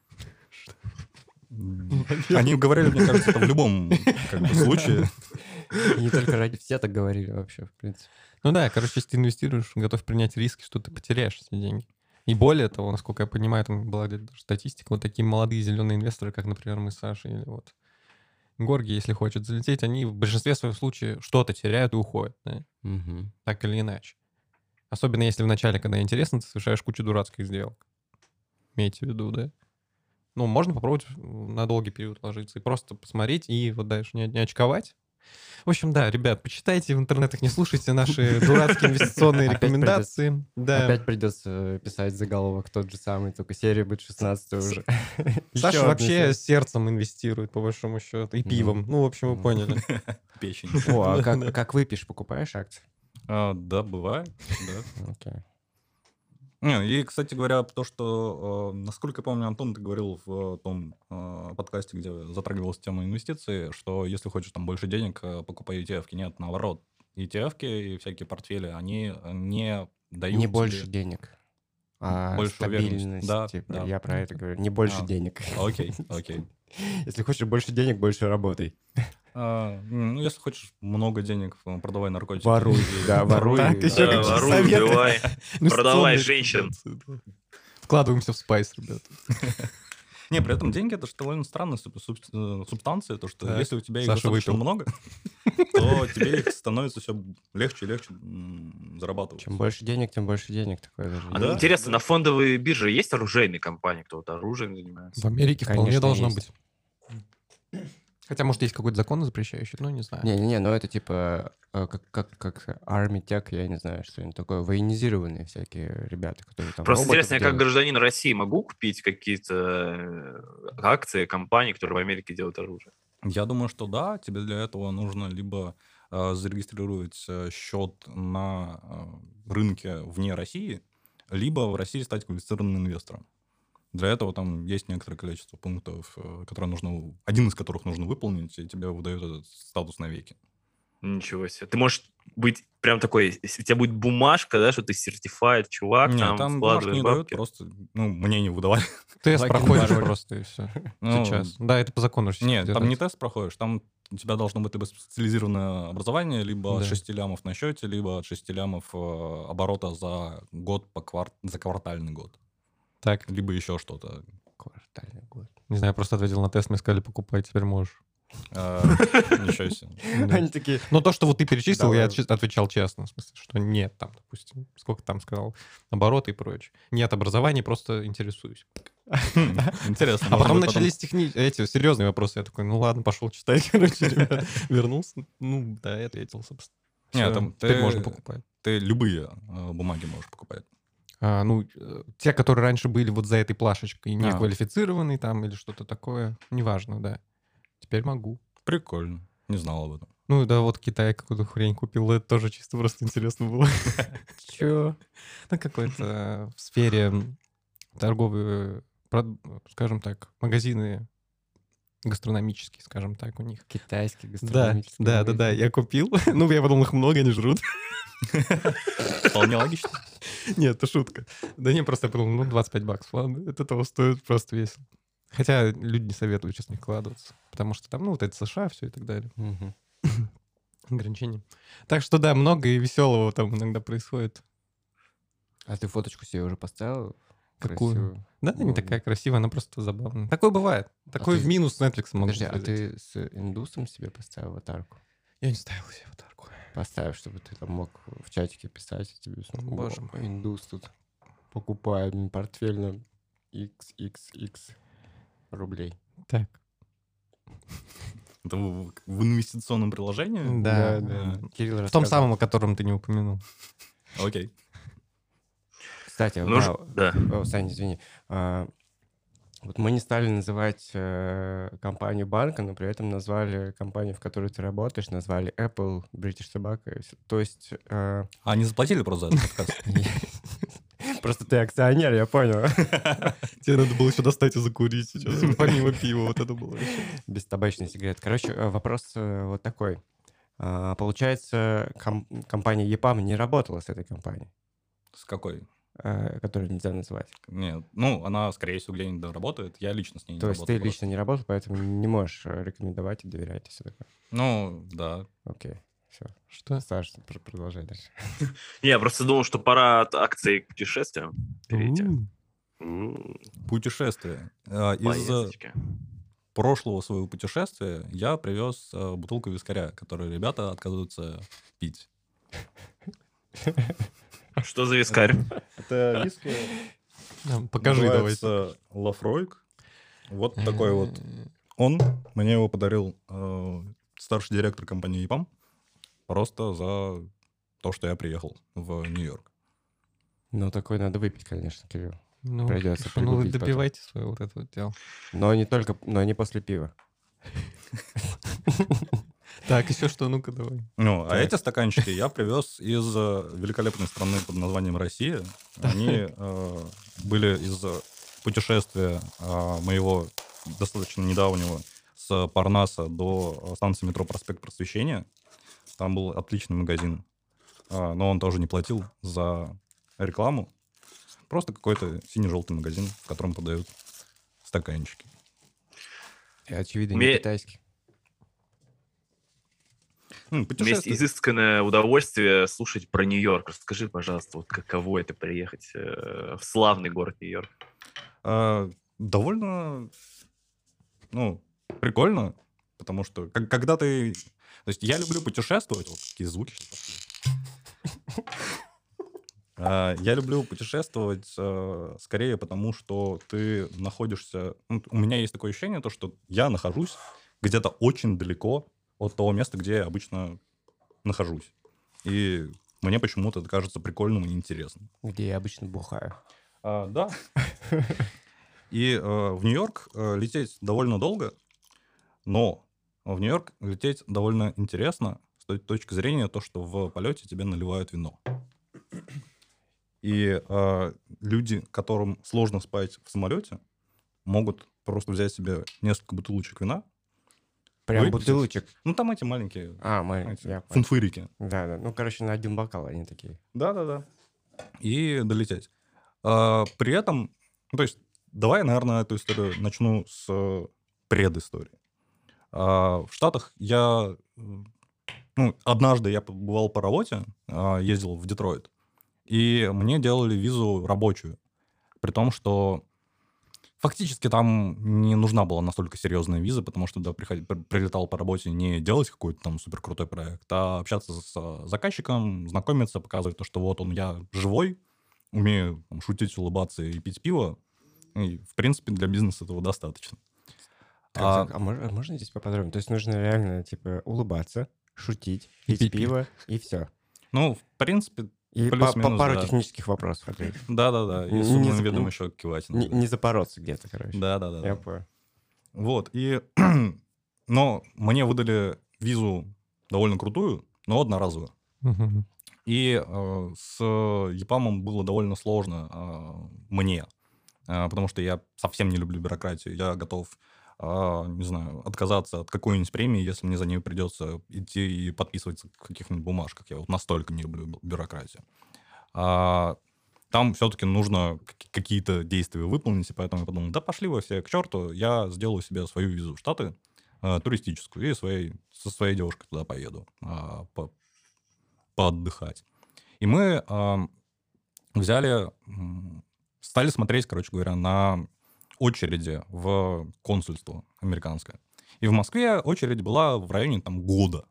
Они говорили, мне кажется, это в любом как бы, случае. И не только ради... Все так говорили вообще, в принципе. Ну да, короче, если ты инвестируешь, готов принять риски, что ты потеряешь эти деньги. И более того, насколько я понимаю, там была где-то даже статистика, вот такие молодые зеленые инвесторы, как, например, мы с Сашей или вот Горги, если хочет залететь, они в большинстве своих случаев что-то теряют и уходят, да? Мгм. Так или иначе. Особенно если в начале, когда интересно, ты совершаешь кучу дурацких сделок. Имейте в виду, да? Ну, можно попробовать на долгий период ложиться и просто посмотреть, и вот дальше не, не очковать. В общем, да, ребят, почитайте в интернетах, не слушайте наши дурацкие инвестиционные Опять рекомендации. Да. Опять придется писать заголовок тот же самый, только серия будет шестнадцатая уже. Саша Ещё вообще одна сердцем инвестирует, по большому счету, и Ну, пивом. Ну, в общем, вы ну. поняли. Печень. серия. О, а Да, как, да. как выпьешь, покупаешь акции? А, Да, бывает. Да. Окей. Не, и, кстати говоря, то, что, э, насколько я помню, Антон, ты говорил в том э, подкасте, где затрагивалась тема инвестиций, что если хочешь там больше денег, э, покупай и ти эф-ки. Нет, наоборот. и ти эф-ки и всякие портфели, они не дают Не тебе больше денег, а большую уверенность. стабильность. Да, Типа, да. я про это говорю. Не больше А, денег. Окей, окей. Если хочешь больше денег, больше работай. А, ну, если хочешь много денег, э, продавай наркотики. Воруй, И- да, воруй. Так, да. еще Да, какие воруй, советы? убивай. Продавай Инвестиционные женщин. рекомендации, да. Вкладываемся в спайс, ребят. Не, при этом деньги — это же довольно странная суб- суб- э, субстанция, то что Так, если у тебя их Саша достаточно выпил. много, то тебе их становится все легче и легче м, зарабатывать. Чем больше денег, тем больше денег. Такое даже А Да, есть. интересно, да. на фондовой бирже есть оружейные компании? Кто-то оружием занимается? В Америке вполне Конечно, должно есть. быть. Хотя, может, есть какой-то закон запрещающий, ну, не знаю. Не-не-не, но это типа э, как, как, как Army Tech, я не знаю, что это такое. Военизированные всякие ребята, которые там Просто роботов интересно, я как делают. гражданин России могу купить какие-то э, акции компаний, которые в Америке делают оружие? Я думаю, что да, тебе для этого нужно либо э, зарегистрировать э, счет на э, рынке вне России, либо в России стать квалифицированным инвестором. Для этого там есть некоторое количество пунктов, э, которые нужно, один из которых нужно выполнить, и тебе выдают этот статус навеки. Ничего себе. Ты можешь быть прям такой, если у тебя будет бумажка, да, что ты сертифайд, чувак, Нет, там, там бумажки вкладываешь не дают, бабки. просто, ну, мне не выдавали. Тест Лайки проходишь пароли. просто, и все. Ну, Сейчас. Да, это по закону же Нет, сейчас там не делается. тест проходишь, там у тебя должно быть либо специализированное образование, либо от Да. шести лямов на счете, либо от шести лямов э, оборота за год, по квар... за квартальный год. Так, Либо еще что-то. Квартальный год. не знаю, просто ответил на тест, мне сказали, покупай, теперь можешь. Э, Ничего себе. Да. Они такие, Но то, что вот ты перечислил, я Давай. отчи- отвечал честно, в смысле, что нет, там, допустим, сколько там сказал, обороты и прочее. Нет образования, просто интересуюсь. Интересно. А может потом быть, начались техни... эти серьезные вопросы. Я такой, ну ладно, пошел читать, короче, ребят. Вернулся. Ну, да, и ответил, собственно. Нет, Всё, там теперь ты- можно покупать. Ты любые э, бумаги можешь покупать. А, ну, э, те, которые раньше были вот за этой плашечкой, не А. квалифицированный там или что-то такое, неважно, да. Теперь могу. Прикольно. Не знал об этом. Ну, да, вот Китай какую-то хрень купил, это тоже чисто просто интересно было. чё? Ну, какой-то в сфере торговые, прод- скажем так, магазины гастрономические, скажем так, у них. Китайский Да, гастрономический да, да, да, магазин. я купил. Ну, я подумал, их много, они жрут. Вполне логично. Нет, это шутка. Да не, просто я подумал, ну, двадцать пять баксов, ладно, это того стоит, просто весело. Хотя люди не советуют сейчас не вкладываться, потому что там, ну, вот это США, все и так далее. Мгм. Ограничения. Так что, да, много и веселого там иногда происходит. А ты фоточку себе уже поставил? Какую? Красивую? Да, не Вот. такая красивая, она просто забавная. Такое бывает. Такой ты- в минус Netflix могу Подожди, а залезть. ты с индусом себе поставил аватарку? Я не ставил себе аватарку. Поставь, чтобы ты там мог в чатике писать, и тебе снова, Боже «О, индус тут покупает мне портфель на икс икс икс рублей. Так. Это в в инвестиционном приложении? Да, да. Кирилл В том рассказывал. самом, о котором ты не упомянул. Окей. Кстати, Ну, ж- да, да. о, Сань, извини. А, вот мы не стали называть э, компанию банка, но при этом назвали компанию, в которой ты работаешь, назвали Apple, British Tobacco. и всё. То есть э, А они заплатили просто за этот подкаст? просто ты акционер, я понял. Тебе надо было еще достать и закурить сейчас, помимо пива, вот это было. Бестабачный сигарет. Короче, э, вопрос э, вот такой. А, Получается, ком- компания EPAM не работала с этой компанией, С какой? э, которую нельзя называть. Нет, ну, она, скорее всего, где-нибудь да, работает. Я лично с ней не То есть работал. ты лично не работал, поэтому не можешь э, рекомендовать и доверять и все такое. Ну, да. Окей, все. Что? Саш, пр- продолжай дальше. Не, я просто думал, что пора от акций к путешествиям перейти. У, М, Путешествие. А, Из э, Поездочки. прошлого своего путешествия я привез э, бутылку вискаря, которую ребята отказываются пить. Что за вискарь? Это виски. да, Покажи давай. Лафройк. Вот такой вот. Он, мне его подарил э, старший директор компании EPAM просто за то, что я приехал в Нью-Йорк. Ну, такой надо выпить, конечно, Кирилл. Ну, Придется хорошо, ну вы пригубить потом. добивайте свое вот это вот дело. Но не только, но не после пива. Так, еще что? Ну-ка, давай. Ну, а Так. эти стаканчики я привез из э, великолепной страны под названием Россия. Они э, были из путешествия э, моего достаточно недавнего с Парнаса до станции метро Проспект Просвещения. Там был отличный магазин, э, но он тоже не платил за рекламу. Просто какой-то синий-желтый магазин, в котором продают стаканчики. И, очевидно, Ме- не китайский. Ну, У меня есть путешествие. изысканное удовольствие слушать про Нью-Йорк. Расскажи, пожалуйста, вот каково это приехать э, в славный город Нью-Йорк? А, довольно, ну, прикольно, потому что как- когда ты... То есть я люблю путешествовать. Вот такие звуки сейчас пошли. А, Я люблю путешествовать э, скорее потому, что ты находишься... ну, У меня есть такое ощущение, то, что я нахожусь где-то очень далеко от того места, где я обычно нахожусь. И мне почему-то это кажется прикольным и интересным. Где я обычно бухаю. А, да. И э, в Нью-Йорк э, лететь довольно долго, но в Нью-Йорк лететь довольно интересно с той точки зрения, то, что в полете тебе наливают вино. И э, люди, которым сложно спать в самолете, могут просто взять себе несколько бутылочек вина. Прям Выпить. бутылочек. Ну, там эти маленькие А, мы, знаете, я понял. фунфырики. Да, да. Ну, короче, на один бокал они такие. Да-да-да. И долететь. А, при этом, ну, то есть, давай, наверное, эту историю начну с э, предыстории. А, в Штатах я, э, ну, однажды я побывал по работе, а, ездил в Детройт, и мне делали визу рабочую. При том, что фактически там не нужна была настолько серьезная виза, потому что туда приход- при- прилетал по работе не делать какой-то там суперкрутой проект, а общаться с э, заказчиком, знакомиться, показывать то, что вот он, я живой, умею там, шутить, улыбаться и пить пиво. И, в принципе, для бизнеса этого достаточно. Так, А, так, а мож- а можно здесь поподробнее? То есть нужно реально, типа, улыбаться, шутить, И пить пить пиво, и все. ну, в принципе, И по, Плюс-минус, по пару да. технических вопросов ответить. да-да-да. И Не с умным зап- видом еще кивать. Не, надо. не запороться где-то, короче. Да-да-да. Я понял. Вот, и... Но мне выдали визу довольно крутую, но одноразовую. Мгм. И э, с ЕПАМом было довольно сложно э, мне, э, потому что я совсем не люблю бюрократию. Я готов, э, не знаю, отказаться от какой-нибудь премии, если мне за нее придется идти и подписываться в каких-нибудь бумажках. Я вот настолько не люблю бю- бюрократию. А там все-таки нужно к- какие-то действия выполнить, и поэтому я подумал, да пошли вы все к черту, я сделаю себе свою визу в Штаты, э, туристическую, и своей, со своей девушкой туда поеду а, по- поотдыхать. И мы а, взяли, м, стали смотреть, короче говоря, на очереди в консульство американское. И в Москве очередь была в районе там года.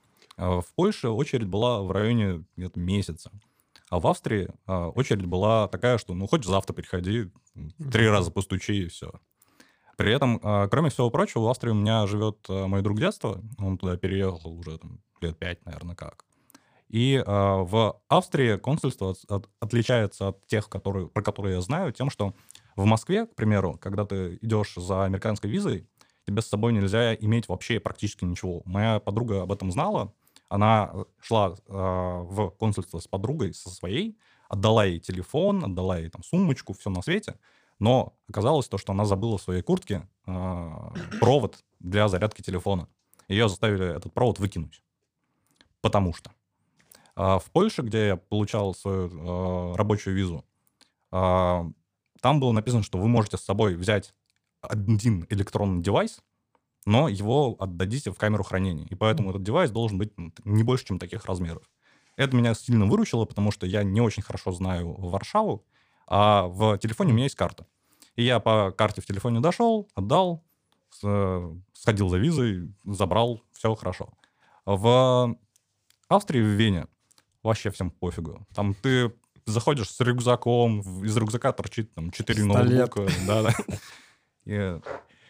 А в Польше очередь была в районе где-то месяца. А в Австрии а, очередь была такая, что ну хоть завтра приходи, м, три Мгм. раза постучи и все. При этом, а, кроме всего прочего, в Австрии у меня живет а, мой друг детства. Он туда переехал уже там, лет пять, наверное, как. И а, в Австрии консульство от- от- отличается от тех, которые, про которые я знаю, тем, что в Москве, к примеру, когда ты идешь за американской визой, тебе с собой нельзя иметь вообще практически ничего. Моя подруга об этом знала. Она э, шла а, в консульство с подругой, со своей, отдала ей телефон, отдала ей там сумочку, все на свете. Но оказалось то, что она забыла в своей куртке а, провод для зарядки телефона. Ее заставили этот провод выкинуть. Потому что. А в Польше, где я получал свою э, рабочую визу, а, там было написано, что вы можете с собой взять один электронный девайс, но его отдадите в камеру хранения. И поэтому этот девайс должен быть м, не больше, чем таких размеров. Это меня сильно выручило, потому что я не очень хорошо знаю Варшаву, а в телефоне у меня есть карта. И я по карте в телефоне дошел, отдал, с- э, сходил за визой, забрал, все хорошо. В Австрии, в Вене, вообще всем пофигу. Там ты заходишь с рюкзаком, в- из рюкзака торчит там четыре Пистолет. ноутбука. Да-да. И,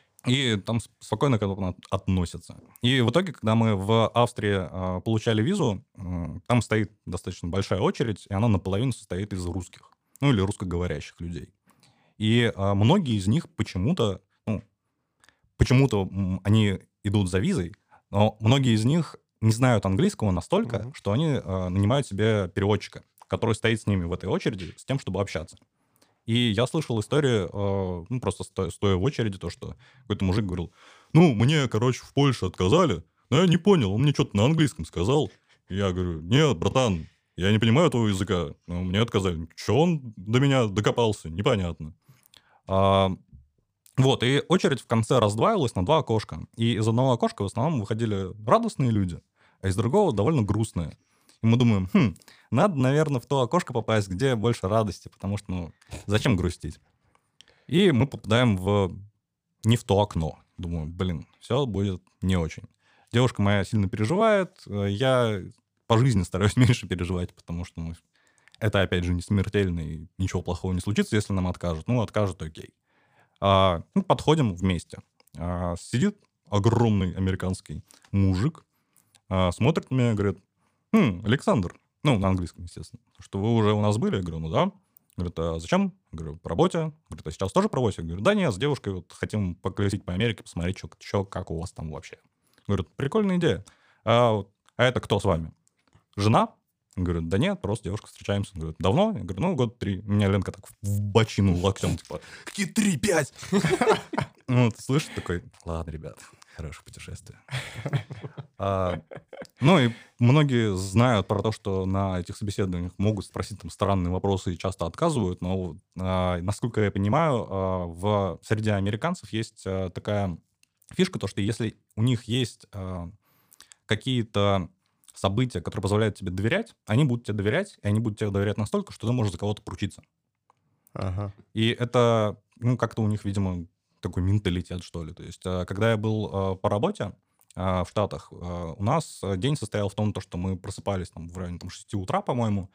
и там с- спокойно к этому от- относятся. И в итоге, когда мы в Австрии а, получали визу, м, там стоит достаточно большая очередь, и она наполовину состоит из русских. Ну, или русскоговорящих людей. И а, многие из них почему-то, ну, почему-то м, они идут за визой, Но многие из них не знают английского настолько, Мгм. что они э, нанимают себе переводчика, который стоит с ними в этой очереди с тем, чтобы общаться. И я слышал историю, э, ну, просто сто- стоя в очереди, то, что какой-то мужик говорил, ну, мне, короче, в Польше отказали, но я не понял, он мне что-то на английском сказал. И я говорю, нет, братан, я не понимаю твоего языка, но мне отказали. Че он до меня докопался, непонятно. А, вот, и очередь в конце раздваивалась на два окошка. И из одного окошка в основном выходили радостные люди, а из другого довольно грустные. И мы думаем, хм, надо, наверное, в то окошко попасть, где больше радости, потому что, ну, зачем грустить? И мы попадаем в не в то окно. Думаю, блин, все будет не очень. Девушка моя сильно переживает, э, я по жизни стараюсь меньше переживать, потому что, ну, это, опять же, не смертельно, и ничего плохого не случится, если нам откажут. Ну, откажут, окей. А, ну, подходим вместе. А, сидит огромный американский мужик, а, смотрит на меня и говорит, «Хм, Александр», ну, на английском, естественно, что вы уже у нас были? Я говорю, ну да. Говорит, а зачем? Я говорю, по работе. Говорит, а сейчас тоже по работе? Я говорю, да нет, с девушкой вот хотим поколесить по Америке, посмотреть, что, как у вас там вообще. Говорит, прикольная идея. А, вот, а это кто с вами? Жена? Я говорю, да нет, просто девушка, встречаемся. Он говорит, давно? Я говорю, ну, год три. Меня Ленка так в бочину локтем, типа, какие три, пять? Ну, ты слышишь, такой, ладно, ребят, хороших путешествий. А, ну, и многие знают про то, что на этих собеседованиях могут спросить там странные вопросы и часто отказывают, но, а, насколько я понимаю, а, в среде американцев есть а, такая фишка, то, что если у них есть а, какие-то события, которые позволяют тебе доверять, они будут тебе доверять, и они будут тебе доверять настолько, что ты можешь за кого-то поручиться. Ага. И это, ну, как-то у них, видимо, такой менталитет, что ли. То есть, а, когда я был а, по работе а, в Штатах, а, у нас а, день состоял в том, то, что мы просыпались там, в районе там, шести утра, по-моему,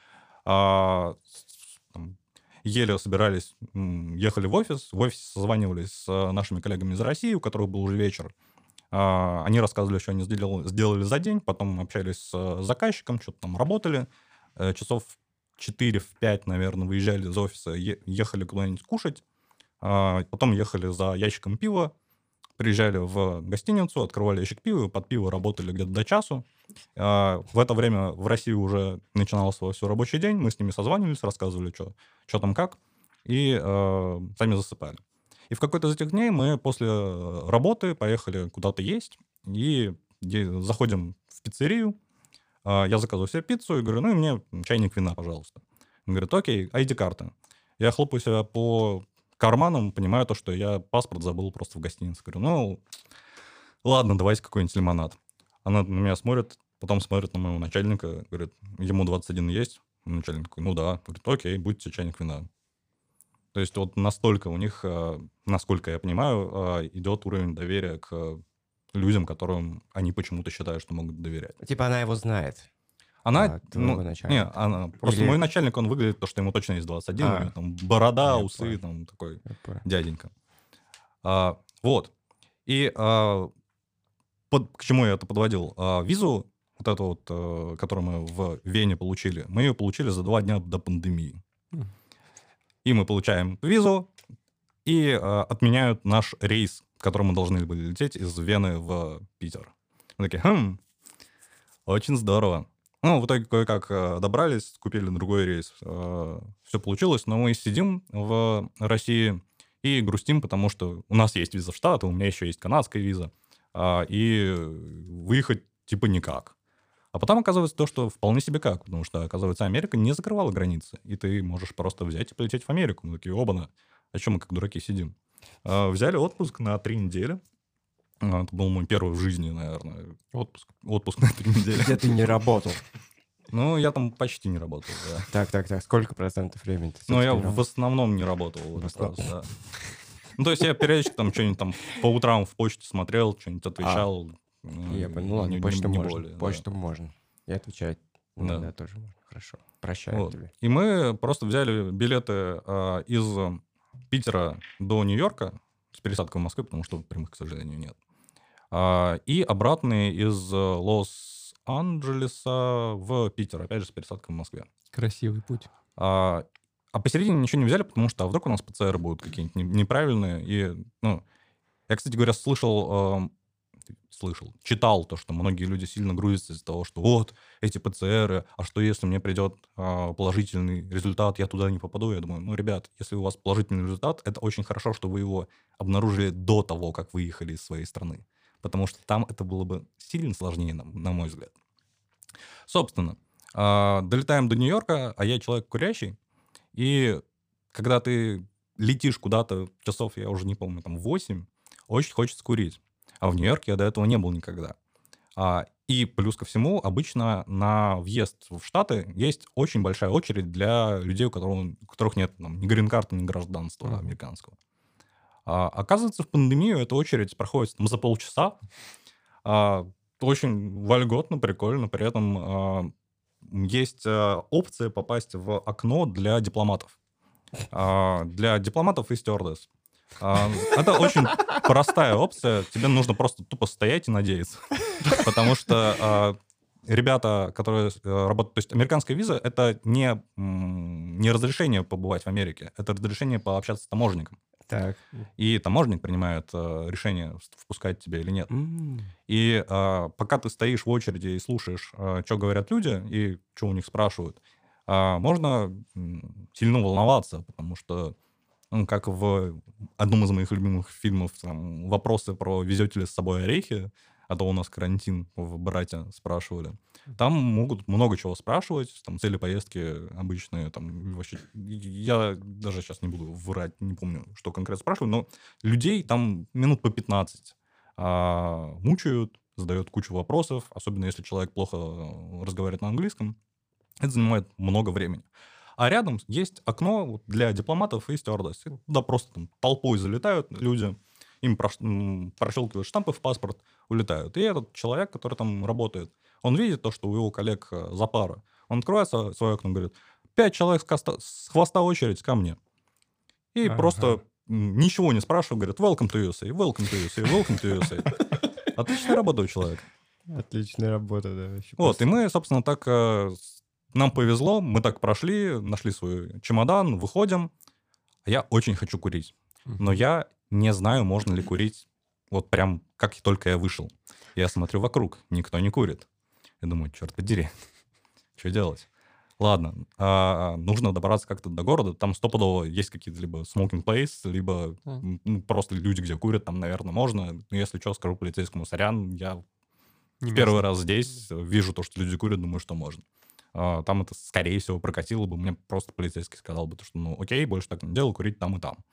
а, с- там, еле собирались, м, ехали в офис, в офисе созванивались с а, нашими коллегами из России, у которых был уже вечер. А, Они рассказывали, что они сделали, сделали за день, потом общались с а, заказчиком, что-то там работали. Э, Часов четыре в пять, наверное, выезжали из офиса, е- ехали куда-нибудь кушать, а, потом ехали за ящиком пива, приезжали в гостиницу, открывали ящик пива, под пиво работали где-то до часу. А, В это время в России уже начинался вовсю рабочий день, мы с ними созванивались, рассказывали, что там как, и э, сами засыпали. И в какой-то из этих дней мы после э, работы поехали куда-то есть, и е- заходим в пиццерию, а, я заказываю себе пиццу и говорю, ну и мне чайник вина, пожалуйста. Он говорит, окей, ай ди-карта. Я хлопаю себя по карманам, понимаю то, что я паспорт забыл просто в гостинице. Говорю, ну, ладно, давайте какой-нибудь лимонад. Она на меня смотрит, потом смотрит на моего начальника, говорит, ему двадцать один есть? Начальник такой, ну да. Говорит, окей, будьте чайник вина. То есть вот настолько у них, э, насколько я понимаю, э, идет уровень доверия к людям, которым они почему-то считают, что могут доверять. Типа она его знает, Она, а, твоего ну, не, начальника. она, просто Или- мой начальник, он выглядит, то, что ему точно есть двадцать один, А. у него там борода, Я усы, понял. там такой Я понял. дяденька. А, вот. И а, под- к чему я это подводил? А, визу, вот эту вот, э, которую мы в Вене получили, мы ее получили за два дня до пандемии. Мгм. И мы получаем визу, и а, отменяют наш рейс, которым мы должны были лететь из Вены в Питер. Мы такие, хм, очень здорово. Ну, в итоге кое-как э, добрались, купили другой рейс. Все получилось, но мы сидим в России и грустим, потому что у нас есть виза в Штаты, у меня еще есть канадская виза, а, и выехать типа никак. А потом оказывается то, что вполне себе как, потому что, оказывается, Америка не закрывала границы, и ты можешь просто взять и полететь в Америку. Мы такие, оба-на, а чем мы как дураки сидим? А, Взяли отпуск на три недели. А, Это был мой первый в жизни, наверное, отпуск. Отпуск на три недели. Где ты не работал? Ну, я там почти не работал, да. Так, так, так. Сколько процентов времени ты, Но я собственно, в основном не работал. в В этот основном. раз, да. Ну, то есть я периодически там что-нибудь там по утрам в почте смотрел, что-нибудь отвечал. ну, Я понял. Ну ладно, не- не- почту не можно. более, да. Почту можно. И отвечать иногда Да. тоже можно. Хорошо. Прощаю Вот. тебе. И мы просто взяли билеты а, из Питера до Нью-Йорка с пересадкой в Москве, потому что прямых, к сожалению, нет. А, и обратные из э, Лос-Анджелеса в Питер, опять же, с пересадкой в Москве. Красивый путь. А, а посередине ничего не взяли, потому что а вдруг у нас ПЦР будут какие-нибудь не- неправильные. И, ну, я, кстати говоря, слышал, эм, слышал, читал то, что многие люди сильно грузятся из-за того, что вот, эти ПЦРы, а что если мне придет а, положительный результат, я туда не попаду? Я думаю, ну, ребят, если у вас положительный результат, это очень хорошо, что вы его обнаружили до того, как выехали из своей страны. Потому что там это было бы сильно сложнее, на, на мой взгляд. Собственно, а, долетаем до Нью-Йорка, а я человек курящий, и когда ты летишь куда-то, часов, я уже не помню, там, восемь, очень хочется курить. А в Нью-Йорке я до этого не был никогда. А, и плюс ко всему, обычно на въезд в Штаты есть очень большая очередь для людей, у которых, у которых нет там, ни грин-карты, ни гражданства mm-hmm. американского. А, оказывается, в пандемию эта очередь проходит там, за полчаса. А, очень вольготно, прикольно. При этом а, есть а, опция попасть в окно для дипломатов. А, для дипломатов и стюардесс. А, это очень простая опция. Тебе нужно просто тупо стоять и надеяться. Потому что а, ребята, которые а, работают... То есть американская виза — это не, не разрешение побывать в Америке, это разрешение пообщаться с таможенником. Так. И таможенник принимает а, решение, впускать тебя или нет. Mm. И а, пока ты стоишь в очереди и слушаешь, а, что говорят люди и что у них спрашивают, а, можно сильно волноваться, потому что, ну, как в одном из моих любимых фильмов, там, вопросы про везете ли с собой орехи, а то у нас карантин в «Братья» спрашивали. Там могут много чего спрашивать, там цели поездки обычные, там вообще... Я даже сейчас не буду врать, не помню, что конкретно спрашивают, но людей там минут по пятнадцать а, мучают, задают кучу вопросов, особенно если человек плохо разговаривает на английском. Это занимает много времени. А рядом есть окно для дипломатов и стюардесс. Туда просто там, толпой залетают люди, им прощелкивают штампы в паспорт, улетают. И этот человек, который там работает, он видит то, что у его коллег за пара. Он открывает свое окно и говорит, пять человек с, коста, с хвоста очередь ко мне. И ага. просто ничего не спрашивает, говорит, welcome to ю эс эй, welcome to ю эс эй, welcome to ю эс эй. Отличная работа у человека. Отличная работа, да. Вот, просто... и мы, собственно, так... Нам повезло, мы так прошли, нашли свой чемодан, выходим. Я очень хочу курить. Но я не знаю, можно ли курить вот прям как только я вышел. Я смотрю вокруг, никто не курит. Я думаю, черт подери, что делать? Ладно, а, нужно добраться как-то до города. Там стопудово есть какие-то либо smoking place, либо ну, просто люди, где курят, там, наверное, можно. Но если что, скажу полицейскому, сорян, я не первый раз здесь, вижу то, что люди курят, думаю, что можно. Там это, скорее всего, прокатило бы. Мне просто полицейский сказал бы, что, ну, окей, больше так не делаю, курить там и там.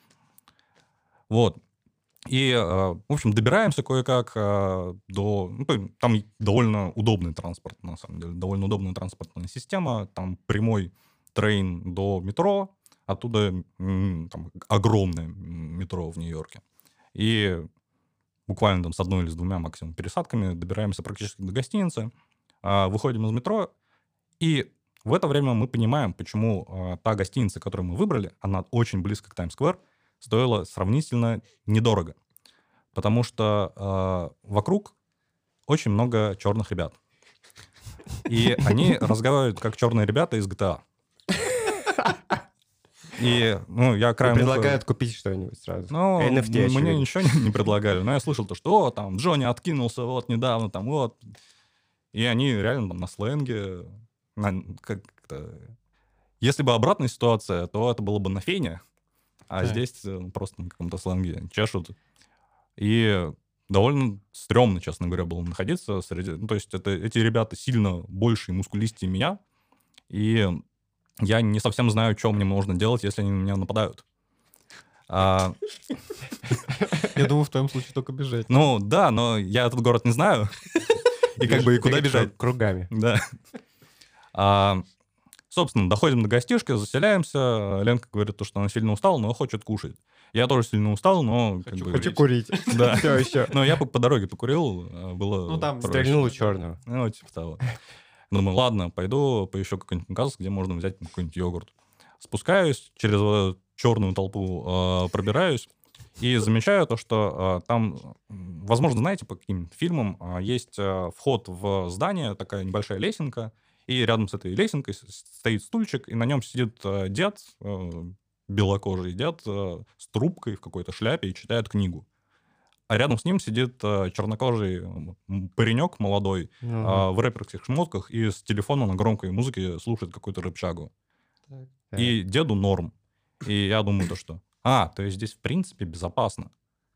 Вот. И, в общем, добираемся кое-как до... Ну, там довольно удобный транспорт, на самом деле. Довольно удобная транспортная система. Там прямой трейн до метро. Оттуда там, огромное метро в Нью-Йорке. И буквально там с одной или с двумя максимум пересадками добираемся практически до гостиницы. Выходим из метро. И в это время мы понимаем, почему э, та гостиница, которую мы выбрали, она очень близко к Таймс-сквер, стоила сравнительно недорого. Потому что э, вокруг очень много черных ребят. И они разговаривают как черные ребята из джи ти эй. И, ну, я краем уха... Предлагают купить что-нибудь сразу. Ну, эн эф ти, мне ничего не, не предлагали. Но я слышал то, что, о, там, Джонни откинулся вот недавно, там, вот. И они реально там на сленге... Как-то... Если бы обратная ситуация, то это было бы на фене, а так. Здесь просто на каком-то сленге чешут. И довольно стрёмно, честно говоря, было находиться среди... Ну, то есть это, эти ребята сильно больше и мускулистее меня, и я не совсем знаю, что мне можно делать, если они на меня нападают. А... Я думаю, в твоем случае только бежать. Ну, да, но я этот город не знаю. И как бы и куда бежать? Кругами. Да. А, собственно, доходим до гостишки, заселяемся. Ленка говорит, что она сильно устала, но хочет кушать. Я тоже сильно устал, но... Хочу, как хочу бы, курить. Да. Все еще. Но я по дороге покурил, было... Ну, там стрельнуло черного. Ну, типа того. Думаю, ладно, пойду поищу какой-нибудь магаз, где можно взять какой-нибудь йогурт. Спускаюсь, через черную толпу э, пробираюсь, и замечаю то, что э, там, возможно, знаете, по каким фильмам э, есть э, вход в здание, такая небольшая лесенка, и рядом с этой лесенкой стоит стульчик, и на нем сидит э, дед, э, белокожий дед, э, с трубкой в какой-то шляпе и читает книгу. а рядом с ним сидит э, чернокожий м, паренек молодой Мгм. э, в рэперских шмотках и с телефона на громкой музыке слушает какую-то рэпчагу. Так. И деду норм. И я думаю, то что... А, то есть здесь, в принципе, безопасно.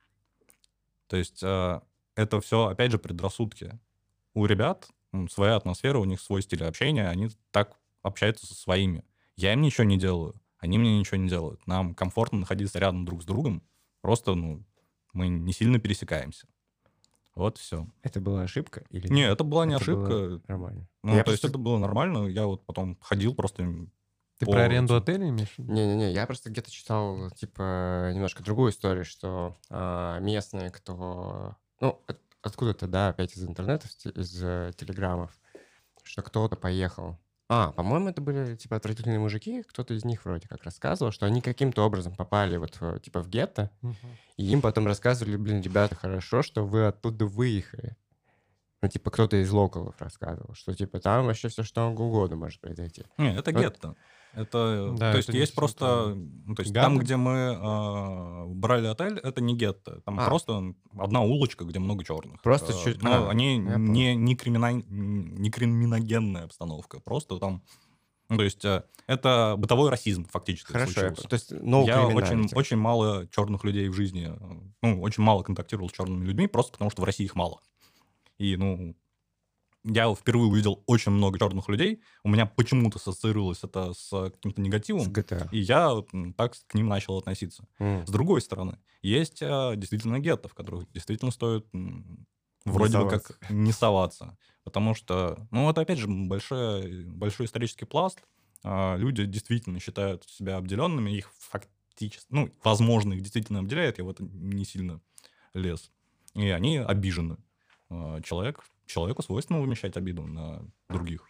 То есть э, это все, опять же, предрассудки. У ребят м, своя атмосфера, у них свой стиль общения, они так общаются со своими. Я им ничего не делаю, они мне ничего не делают. Нам комфортно находиться рядом друг с другом, просто, ну, мы не сильно пересекаемся. Вот все. Это была ошибка или Не, нет? это была не Это было ошибка. нормально. Ну, Я то есть просто- это было нормально. Я вот потом ходил просто... Ты по про аренду этим- отеля имеешь? в виду? Не-не-не, я просто где-то читал, типа, немножко другую историю, что а, местные, кто... Ну, от- откуда-то, да, опять из интернета, из те- из э, телеграммов, что кто-то поехал. А, по-моему, это были, типа, отвратительные мужики, кто-то из них вроде как рассказывал, что они каким-то образом попали, вот, в, типа, в гетто, Мгм. и им потом рассказывали, блин, ребята, хорошо, что вы оттуда выехали. Ну, типа, кто-то из локалов рассказывал, что, типа, там вообще все что угодно может произойти. Не, это Вот. гетто. Это, Да, то есть это есть просто, действительно ну, то есть гадо. там, где мы э, брали отель, это не гетто, там А. просто одна улочка, где много черных. Просто Э, чуть- Но а, они я понял. не, не, кримина- не криминогенная обстановка, просто там, ну, то есть э, это бытовой расизм фактически Хорошо, я- случился. то есть, no Я очень, criminality. очень мало черных людей в жизни, э, ну, очень мало контактировал с черными людьми, просто потому что в России их мало. И, ну, я впервые увидел очень много черных людей, у меня почему-то ассоциировалось это с каким-то С негативом, джи ти эй. и я м, так к ним начал относиться. М. С другой стороны, есть э, действительно гетто, в которых действительно стоит м, вроде бы как соваться. не соваться. Потому что, ну, это опять же большой, большой исторический пласт. А, люди действительно считают себя обделенными, их фактически, ну, возможно, их действительно обделяют, я в это не сильно лез. И они обижены. А, Человек, человеку свойственно вымещать обиду на других.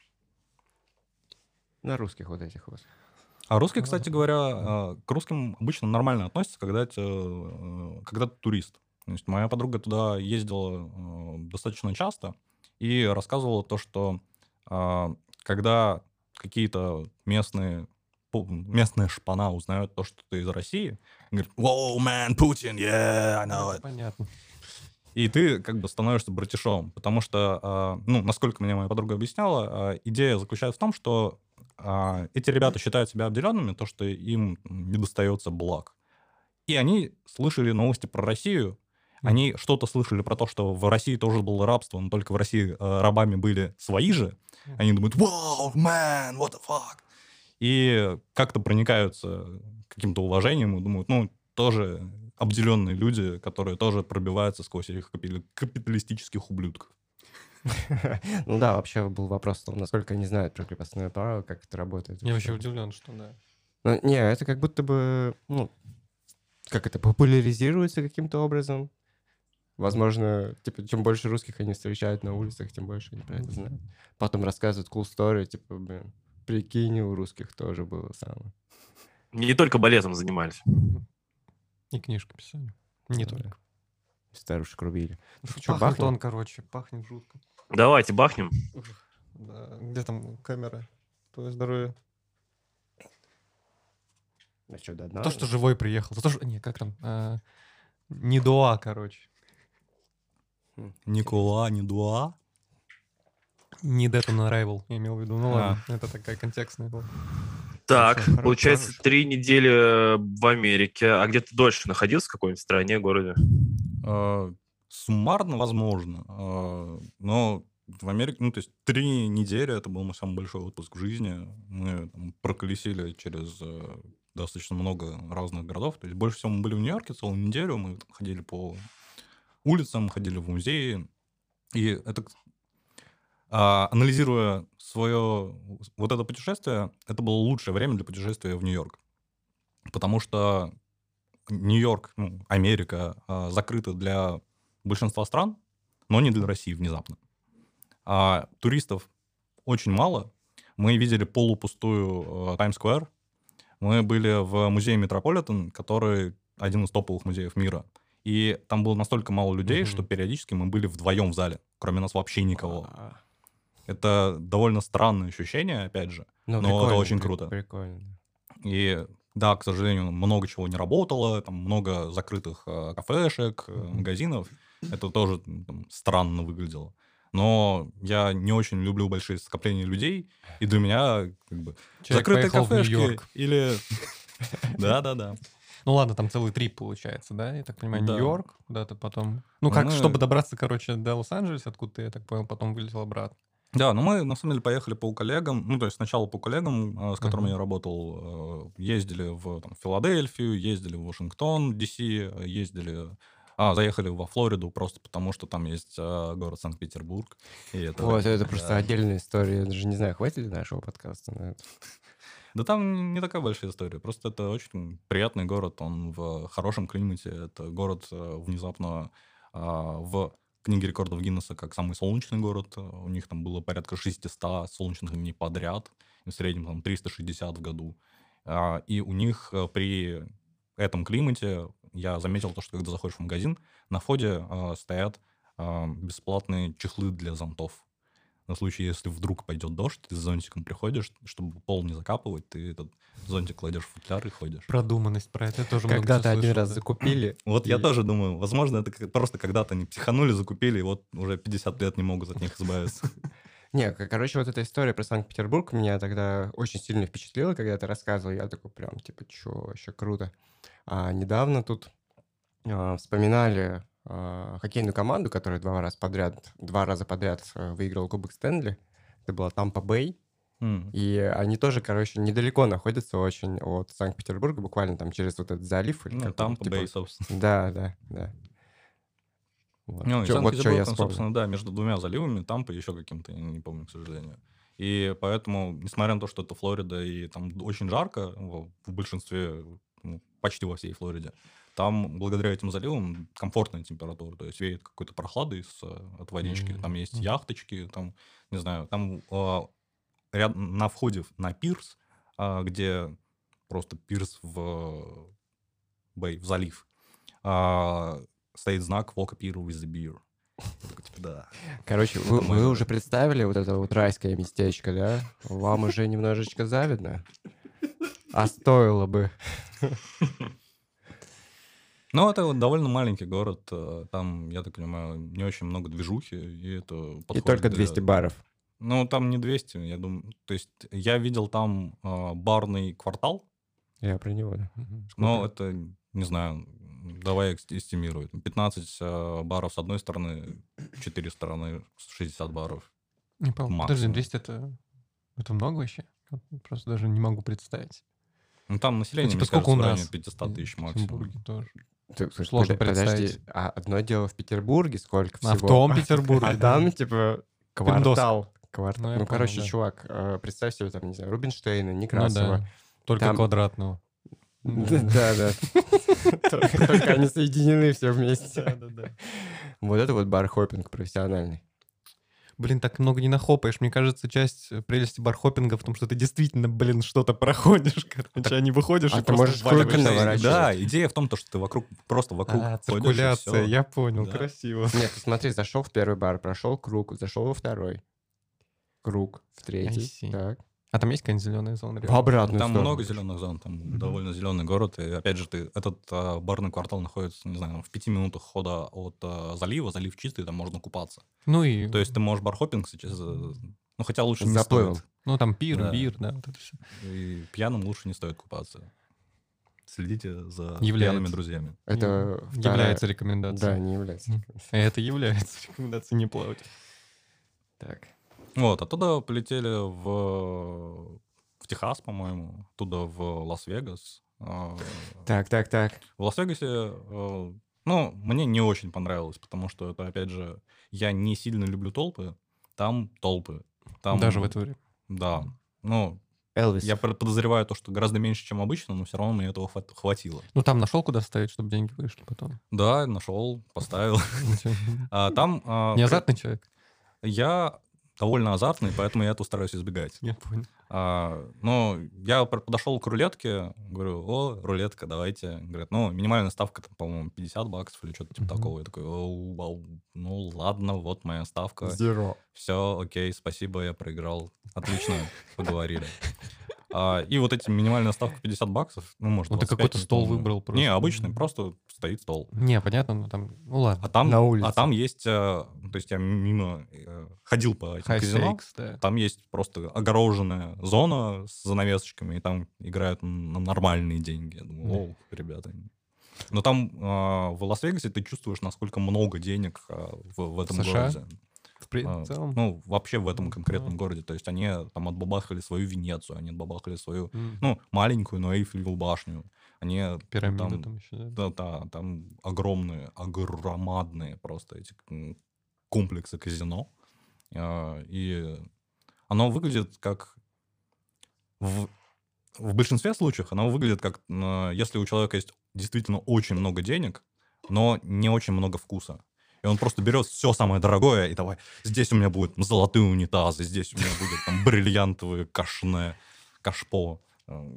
На русских вот этих вот. А русские, кстати говоря, э, к русским обычно нормально относятся, когда, это, э, когда ты турист. То есть моя подруга туда ездила э, достаточно часто и рассказывала то, что э, когда какие-то местные пу- местная шпана узнают то, что ты из России, говорит, «Wow, man, Putin, yeah, I know Это it». понятно. И ты как бы становишься братишом, потому что, а, ну, насколько мне моя подруга объясняла, а, идея заключается в том, что а, эти ребята считают себя обделенными, то, что им не достается благ. И они слышали новости про Россию, они что-то слышали про то, что в России тоже было рабство, но только в России а, рабами были свои же. Они думают, «Wow, man, what the fuck?» И как-то проникаются каким-то уважением и думают, ну, тоже обделенные люди, которые тоже пробиваются сквозь этих капи- капиталистических ублюдков. Ну да, вообще был вопрос в том, насколько они знают про крепостное право, как это работает. Я вообще. вообще удивлен, что да. Ну, не, это как будто бы, ну, как это, популяризируется каким-то образом. Возможно, типа, чем больше русских они встречают на улицах, тем больше они про это знают. Потом рассказывают cool story, типа, блин, прикинь, у русских тоже было самое. Не только балетом занимались. И книжки писали. Не Да. только. Старушек рубили. Фу, чё, пахнет бахнем? он, короче, пахнет жутко. Давайте бахнем. Да. Где там камера? Твое здоровье. А что, до дна? То, что живой приехал. За то, что... Не, как там? А, не дуа, короче. Хм, Никола, не дуа. Не Dead on Arrival, я имел в виду. Ну А. ладно, это такая контекстная была. Так, Хорошо, хоро- получается, хорошо. три недели в Америке. А где ты дольше находился? В какой-нибудь стране, городе? Э, Суммарно, возможно. э, Но в Америке, ну, то есть три недели, это был мой самый большой отпуск в жизни. Мы там проколесили через э, достаточно много разных городов. То есть больше всего мы были в Нью-Йорке целую неделю. Мы там ходили по улицам, ходили в музеи. И это, а, анализируя свое вот это путешествие, это было лучшее время для путешествия в Нью-Йорк. Потому что Нью-Йорк, ну, Америка, а, закрыта для большинства стран, но не для России внезапно. А туристов очень мало. Мы видели полупустую Таймс-сквер. Мы были в музее Метрополитен, который один из топовых музеев мира. И там было настолько мало людей, Мгм. что периодически мы были вдвоем в зале. Кроме нас вообще никого. А, Это довольно странное ощущение, опять же. Ну, Но это прикольно, очень при- круто. Прикольно. И Да, к сожалению, много чего не работало, там много закрытых э, кафешек, э, магазинов. Это тоже м, там, странно выглядело. Но я не очень люблю большие скопления людей, и для меня как бы Человек закрытые поехал в кафешки Нью-Йорк. или... Да-да-да. Ну ладно, там целый трип получается, да? Я так понимаю, Да. Нью-Йорк куда-то потом. Ну Ну, как, мы- чтобы добраться, короче, до Лос-Анджелеса, откуда ты, я так понял, потом вылетел обратно. Да, но мы на самом деле поехали по коллегам, ну то есть сначала по коллегам, э, с которыми Ага. я работал, э, ездили в там, Филадельфию, ездили в Вашингтон, Ди Си, э, ездили, а, заехали во Флориду просто потому, что там есть э, город Санкт-Петербург. И это, Вот, это да. просто отдельная история. Я даже не знаю, хватит ли нашего подкаста на это. Да там не такая большая история, просто это очень приятный город, он в хорошем климате, это город э, внезапно а, в книге рекордов Гиннесса как самый солнечный город, у них там было порядка шестьсот солнечных дней подряд, в среднем там триста шестьдесят в году, А, и у них э, при этом климате я заметил то, что когда заходишь в магазин, на входе э, стоят э, бесплатные чехлы для зонтов. На случай, если вдруг пойдет дождь, ты с зонтиком приходишь, чтобы пол не закапывать, ты этот зонтик кладешь в футляр и ходишь. Продуманность про это я тоже много Когда-то чего один слышал, раз да. закупили. Вот я и- тоже думаю, возможно, это как- просто когда-то они психанули, закупили, и вот уже пятьдесят лет не могут от них избавиться. Не, к- короче, вот эта история про Санкт-Петербург меня тогда очень сильно впечатлила, когда ты рассказывал. Я такой прям, типа, чё, вообще круто. А недавно тут а, вспоминали а, хоккейную команду, которая два раза подряд, два раза подряд а, выиграла Кубок Стэнли. Это была Тампа Бэй. М. И они тоже, короче, недалеко находятся очень от Санкт-Петербурга, буквально там через вот этот залив. Или Ну, как он, Тампа типа- Бэй, собственно. Да, да, да. Вот. Ну, и Чё- вот что я Санкт-Петербург, он, вспомнил. собственно, да, между двумя заливами, Тампа и еще каким-то, я не помню, к сожалению. И поэтому, несмотря на то, что это Флорида, и там очень жарко в, в большинстве, ну, почти во всей Флориде, там, благодаря этим заливам, комфортная температура, то есть веет какой-то прохладой с, э, от водички. М, Там есть мгм. яхточки, там, не знаю, там а, ряд- на входе в- на пирс, а, где просто пирс в бэй, в залив, а, стоит знак «Walk up here with the beer». Я такой, типа, да. Короче, вы, Это мой вы город. уже представили вот это вот райское местечко, да? Вам уже немножечко завидно? А стоило бы. Ну, это вот довольно маленький город. э, Там, я так понимаю, не очень много движухи, и это И подходит только для- двести баров. Ну, там не двести, я думаю. То есть я видел там э, барный квартал, Я про него, да. Мгм. но Сколько? это, не знаю, давай эс- эстимировать. пятнадцать э, баров с одной стороны, четыре стороны, шестьдесят баров. Не помню. Подожди, максимум. двести это... Это много вообще? Вот Просто даже не могу представить. Ну, там население, типа, мне сколько кажется, у в районе нас пятьсот в тысяч максимум. Петербурге тоже. Ты- слушай, Сложно под- подожди, представить. а одно дело в Петербурге, сколько всего. А в том Петербурге. А да. там, типа, квартал. Ну, Квартал. я Ну, понял, короче, да. чувак, э, представь себе, там, не знаю, Рубинштейна, Ну Некрасова. да. Только Там- квадратного. Да, да. Только только они соединены все вместе. Да-да-да. Вот это вот бар-хоппинг профессиональный. Блин, так много не нахопаешь. Мне кажется, часть э, прелести бархоппинга в том, что ты действительно, блин, что-то проходишь. Короче, а не выходишь а и ты просто можешь вваливаешься. круто наворачивать. Да, идея в том, то, что ты вокруг, просто вокруг А, ходишь, и циркуляция, всё. я понял, Да. красиво. Нет, ты смотри, зашел в первый бар, прошел круг, зашел во второй. Круг в I третий. see. Так. А там есть какая-нибудь зеленая зона? В рядом? обратную Там сторону. много зеленых зон, там Мгм. довольно зеленый город. И опять же, ты, этот а, барный квартал находится, не знаю, в пяти минутах хода от а, залива. Залив чистый, там можно купаться. Ну и... То есть ты можешь бархопинг сейчас... э, Ну, хотя лучше С не заплывом. стоит. Ну там пир, Да. бир, да, вот это все. И пьяным лучше не стоит купаться. Следите за Является. пьяными друзьями. Это вторая- Является Да, рекомендацией. не является. Мгм. Это является рекомендацией не плавать. Так. Вот, оттуда полетели в, в Техас, по-моему, оттуда в Лас-Вегас. А, Так, так, так. В Лас-Вегасе, э, ну, мне не очень понравилось, потому что это, опять же, я не сильно люблю толпы. Там толпы. Там, Даже в это время. Да. Ну, Элвис. я пр- подозреваю то, что гораздо меньше, чем обычно, но все равно мне этого хват- хватило. Ну там нашел, куда ставить, чтобы деньги вышли потом. Да, нашел, поставил. А там... а, Не при- азартный человек? Я довольно азартный, поэтому я этого стараюсь избегать. Я понял. А, но я пр- подошел к рулетке, говорю, о, рулетка, давайте. Говорят, ну, минимальная ставка, там, по-моему, пятьдесят баксов или что-то типа Мгм. такого. Я такой, «О, вау, ну, ладно, вот моя ставка. Зеро. Все, окей, спасибо, я проиграл. Отлично, поговорили. А, и вот эти минимальная ставка пятьдесят баксов, ну, может, Ну, ты двадцать пять, какой-то не стол помню. выбрал просто. Не, обычный, просто стоит стол. Не, понятно, ну там, ну ладно. А там, На улице. а там есть, э, то есть я мимо э, ходил по этим High казино, stakes, да. там есть просто огороженная зона с занавесочками, и там играют на нормальные деньги. Я думаю, Да. оу, ребята. Но там э, в Лас-Вегасе ты чувствуешь, насколько много денег э, в, в этом США? городе. В при- А, в целом. Ну, вообще в этом Мгм. конкретном городе. То есть они там отбабахали свою Венецию, они отбабахали свою, М. ну, маленькую, но Эйфелеву башню. Они Пирамида там, там еще, да. да, да, там огромные, огромадные просто эти м, комплексы казино. А, И оно выглядит как... В, в большинстве случаев оно выглядит как, м, если у человека есть действительно очень много денег, но не очень много вкуса. И он просто берет все самое дорогое, и давай, здесь у меня будут золотые унитазы, здесь у меня будет там бриллиантовые кашне, кашпо. Э,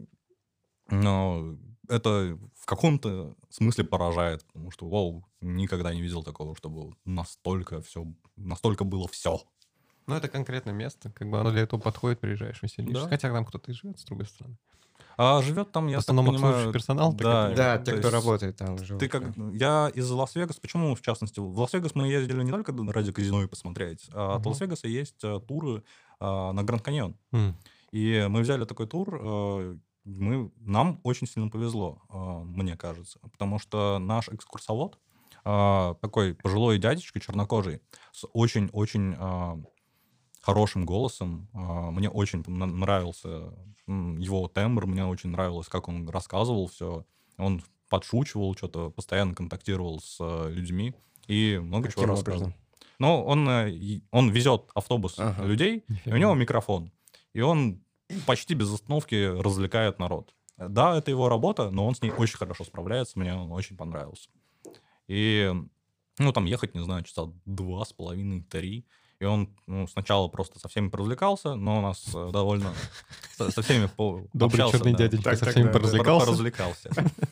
Но это в каком-то смысле поражает, потому что, вау, никогда не видел такого, чтобы вот настолько все, настолько было все. Ну, это конкретное место, как бы оно для этого подходит, приезжаешь, веселишься. Да. Хотя там кто-то и живет, с другой стороны. А живет там, я В так основном обслуживающий понимаю... персонал, так да, это- Да, то те, кто есть работает там живут. Ты как... да. Я из Лас-Вегаса... Почему, в частности? В Лас-Вегас мы ездили не только ради казино и посмотреть. А от Мгм. Лас-Вегаса есть э, туры а, на Гранд Каньон. М. И мы взяли такой тур. э, Мы, нам очень сильно повезло, э, мне кажется. Потому что наш экскурсовод, э, такой пожилой дядечка чернокожий, с очень-очень э, хорошим голосом. э, Мне очень на- нравился м, его тембр, мне очень нравилось, как он рассказывал все. Он подшучивал, что-то постоянно контактировал с э, людьми и много чего Каким рассказывал. образом? Но он, э, и- он везет автобус Ага. людей, и у Нифига. него микрофон. И он почти без остановки развлекает народ. Да, это его работа, но он с ней очень хорошо справляется, мне он очень понравился. И, ну, там ехать, не знаю, часа два с половиной, три. И он ну, сначала просто со всеми поразвлекался, но у нас э, довольно со, со всеми по, Добрый общался, черный да, дядечка Так, со так, всеми да, да. пор- поразвлекался. поразвлекался.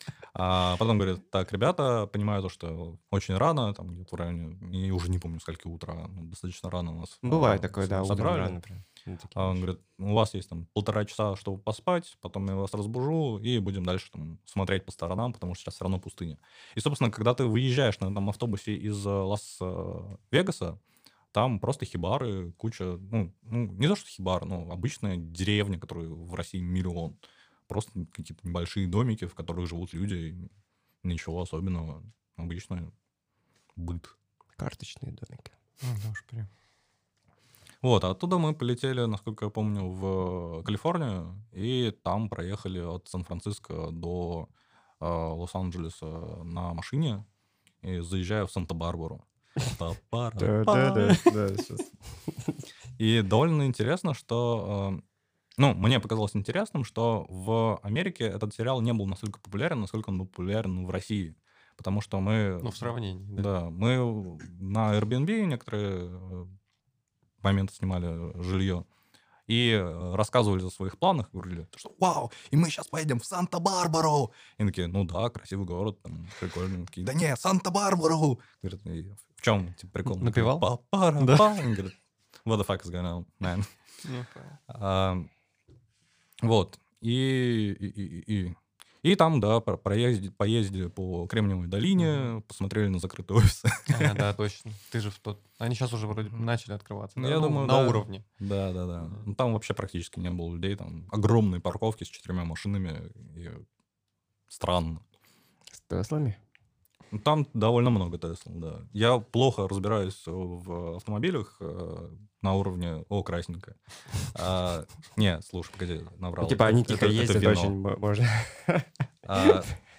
А потом говорит, так, ребята, понимаю то, что очень рано, там где-то в районе, я уже не помню, скольки утра, ну, достаточно рано у нас Бывает а, такое, с- да, утром собрали. рано прям. Ну, такие А он вещи. говорит, у вас есть там полтора часа, чтобы поспать, потом я вас разбужу, и будем дальше там смотреть по сторонам, потому что сейчас все равно пустыня. И, собственно, когда ты выезжаешь на этом автобусе из э, Лас-Вегаса, там просто хибары, куча, ну, ну, не то что хибары, но обычная деревня, которой в России миллион. Просто какие-то небольшие домики, в которых живут люди, и ничего особенного, обычный быт. Карточные домики. Ну, да уж прям. Вот, а оттуда мы полетели, насколько я помню, в Калифорнию, и там проехали от Сан-Франциско до э, Лос-Анджелеса на машине, и заезжая в Санта-Барбару. Да-да-да. да, щас. И довольно интересно, что... э, Ну, мне показалось интересным, что в Америке этот сериал не был настолько популярен, насколько он был популярен в России. Потому что мы... Ну, в сравнении, да. Да, мы на Airbnb некоторые э, моменты снимали жилье и э, рассказывали о своих планах, говорили, что вау, и мы сейчас поедем в Санта-Барбару. И они такие, ну да, красивый город, там, прикольный. Они такие, да не, Санта-Барбару. Говорят, «И в чем типа, прикол? Мы Напевал? такие, «Па-пара-па». Они говорят, what the fuck is going on, man? Ну, понял. А, Вот. И, и, и, и, и там, да, про- проезди- поездили по Кремниевой долине, посмотрели на закрытые офисы. А, да, точно. Ты же в тот... Они сейчас уже вроде начали открываться. Ну, да? я Ну, думаю, на да. уровне. Да, да, да. Мгм. Ну, там вообще практически не было людей. Там огромные парковки с четырьмя машинами. И странно. С Теслами? Ну, Там довольно много Тесл, да. Я плохо разбираюсь в автомобилях э, на уровне «О, красненькая». А, Не, слушай, погоди, наврал. Ну, типа они Это- тихо это ездят, вино. очень мо- можно. А,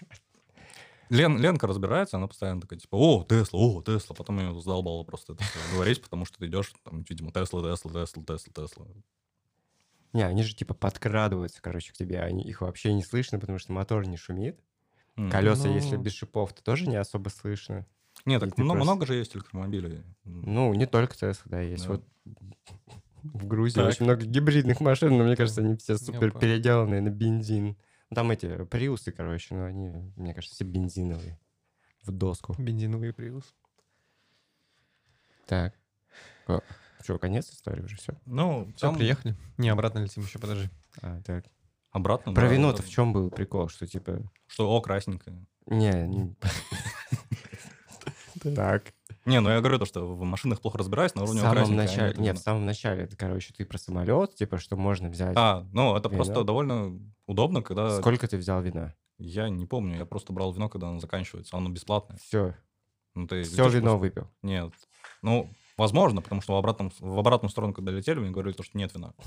Лен, Ленка разбирается, она постоянно такая, типа, о, Тесла, о, Тесла. Потом ее задолбало просто это всё говорить, потому что ты идешь, там, видимо, Тесла, Тесла, Тесла, Тесла, Тесла. Не, они же типа подкрадываются, короче, к тебе. Они, их вообще не слышно, потому что мотор не шумит. М. Колеса, Ну. если без шипов, то тоже не особо слышно. Нет, и так ты мно- просто- много же есть электромобилей. М. Ну, не только Тесла, да, есть. Да. Вот в Грузии Так. очень много гибридных машин, но мне кажется, они все Я супер понял. переделанные на бензин. Ну, там эти приусы, короче, но они, мне кажется, все бензиновые. В доску. Бензиновый приус. Так. Что, конец истории уже, все? Ну, Все, там- приехали. Не, обратно летим еще, подожди. А, так. Обратно, Про да, вино-то да. в чем был прикол? Что типа... Что, о, красненькое. Не, не- так. Не, ну я говорю то, что в машинах плохо разбираюсь, на В уровне самом красненькое, а начале... это Не, в вино. самом начале, это, короче, ты про самолет, типа, что можно взять... А, ну это вино. просто довольно удобно, когда... Сколько ты взял вина? Я не помню, я просто брал вино, когда оно заканчивается, оно бесплатное. Все. Ну, ты Все летишь вино просто- выпил. Нет. Ну, возможно, потому что в, обратном, в обратную сторону, когда летели, мне говорили, то, что нет вина.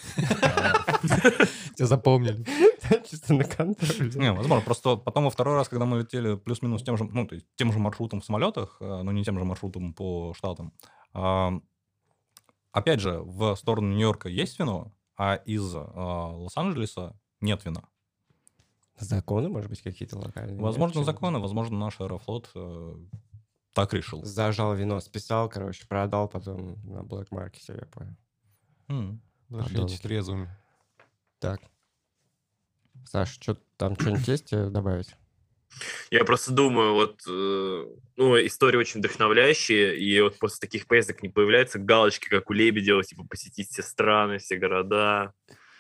Тебя запомнили. Чисто на контроле. Не, возможно, просто потом во второй раз, когда мы летели плюс-минус тем же, ну, то есть тем же маршрутом в самолетах, э, но не тем же маршрутом по штатам, а, опять же, в сторону Нью-Йорка есть вино, а из а, Лос-Анджелеса нет вина. Законы, может быть, какие-то локальные? Возможно, Нет, законы, возможно, наш Аэрофлот э, так решил. чего? Зажал вино, списал, короче, продал потом на Black Market, я понял. М. Возвращайтесь трезвыми. Так. Саш, что там что-нибудь есть тебе добавить? Я просто думаю, вот, э, ну, история очень вдохновляющая, и вот после таких поездок не появляются галочки, как у Лебедева, типа, посетить все страны, все города.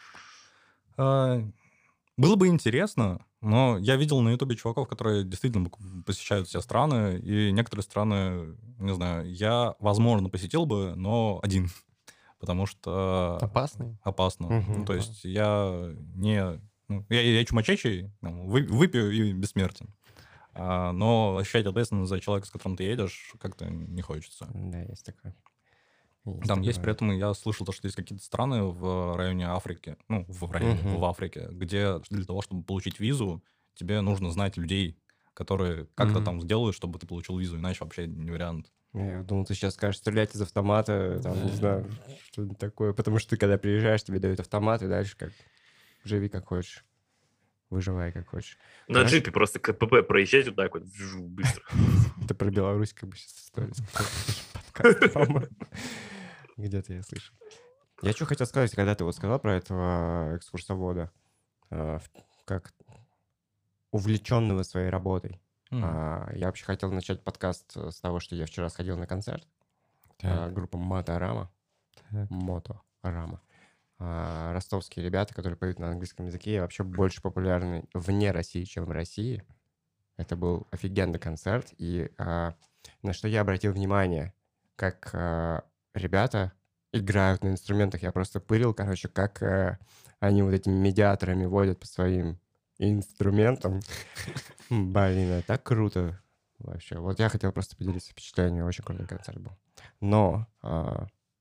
А, Было бы интересно, но я видел на Ютубе чуваков, которые действительно посещают все страны, и некоторые страны, не знаю, я, возможно, посетил бы, но один, потому что Опасный? опасно. Мгм. Ну, то есть я не... ну, я, я чумачечий, там, вы- выпью и бессмертен. А, но ощущать ответственность за человека, с которым ты едешь, как-то не хочется. Да, есть такое. Там есть, при такое. этом я слышал, то, что есть какие-то страны в районе Африки, ну, в районе, Мгм. в Африке, где для того, чтобы получить визу, тебе нужно знать людей, которые как-то Мгм. там сделают, чтобы ты получил визу, иначе вообще не вариант. Я думал, ты сейчас скажешь стрелять из автомата, там, не Да. знаю, что-то такое. Потому что ты, когда приезжаешь, тебе дают автомат, и дальше как живи как хочешь. Выживай как хочешь. На Хорошо. джипе просто КПП проезжать вот так вот, вжу, быстро. Это про Беларусь как бы сейчас история. Подкаст, по-моему. Где-то я слышал. Я что хотел сказать, когда ты вот сказал про этого экскурсовода, а, в- как увлеченного своей работой. М. А, Я вообще хотел начать подкаст э, с того, что я вчера сходил на концерт. а, Так, Группа Моторама. так. Моторама. А, Ростовские ребята, которые поют на английском языке, и вообще больше популярны вне России, чем в России. Это был офигенный концерт. И а, на что я обратил внимание, как а, ребята играют на инструментах. Я просто пырил, короче, как а, они вот этими медиаторами водят по своим инструментам. М, Блин, это так круто вообще. Вот я хотел просто поделиться впечатлением. Очень крутой концерт был. Но а,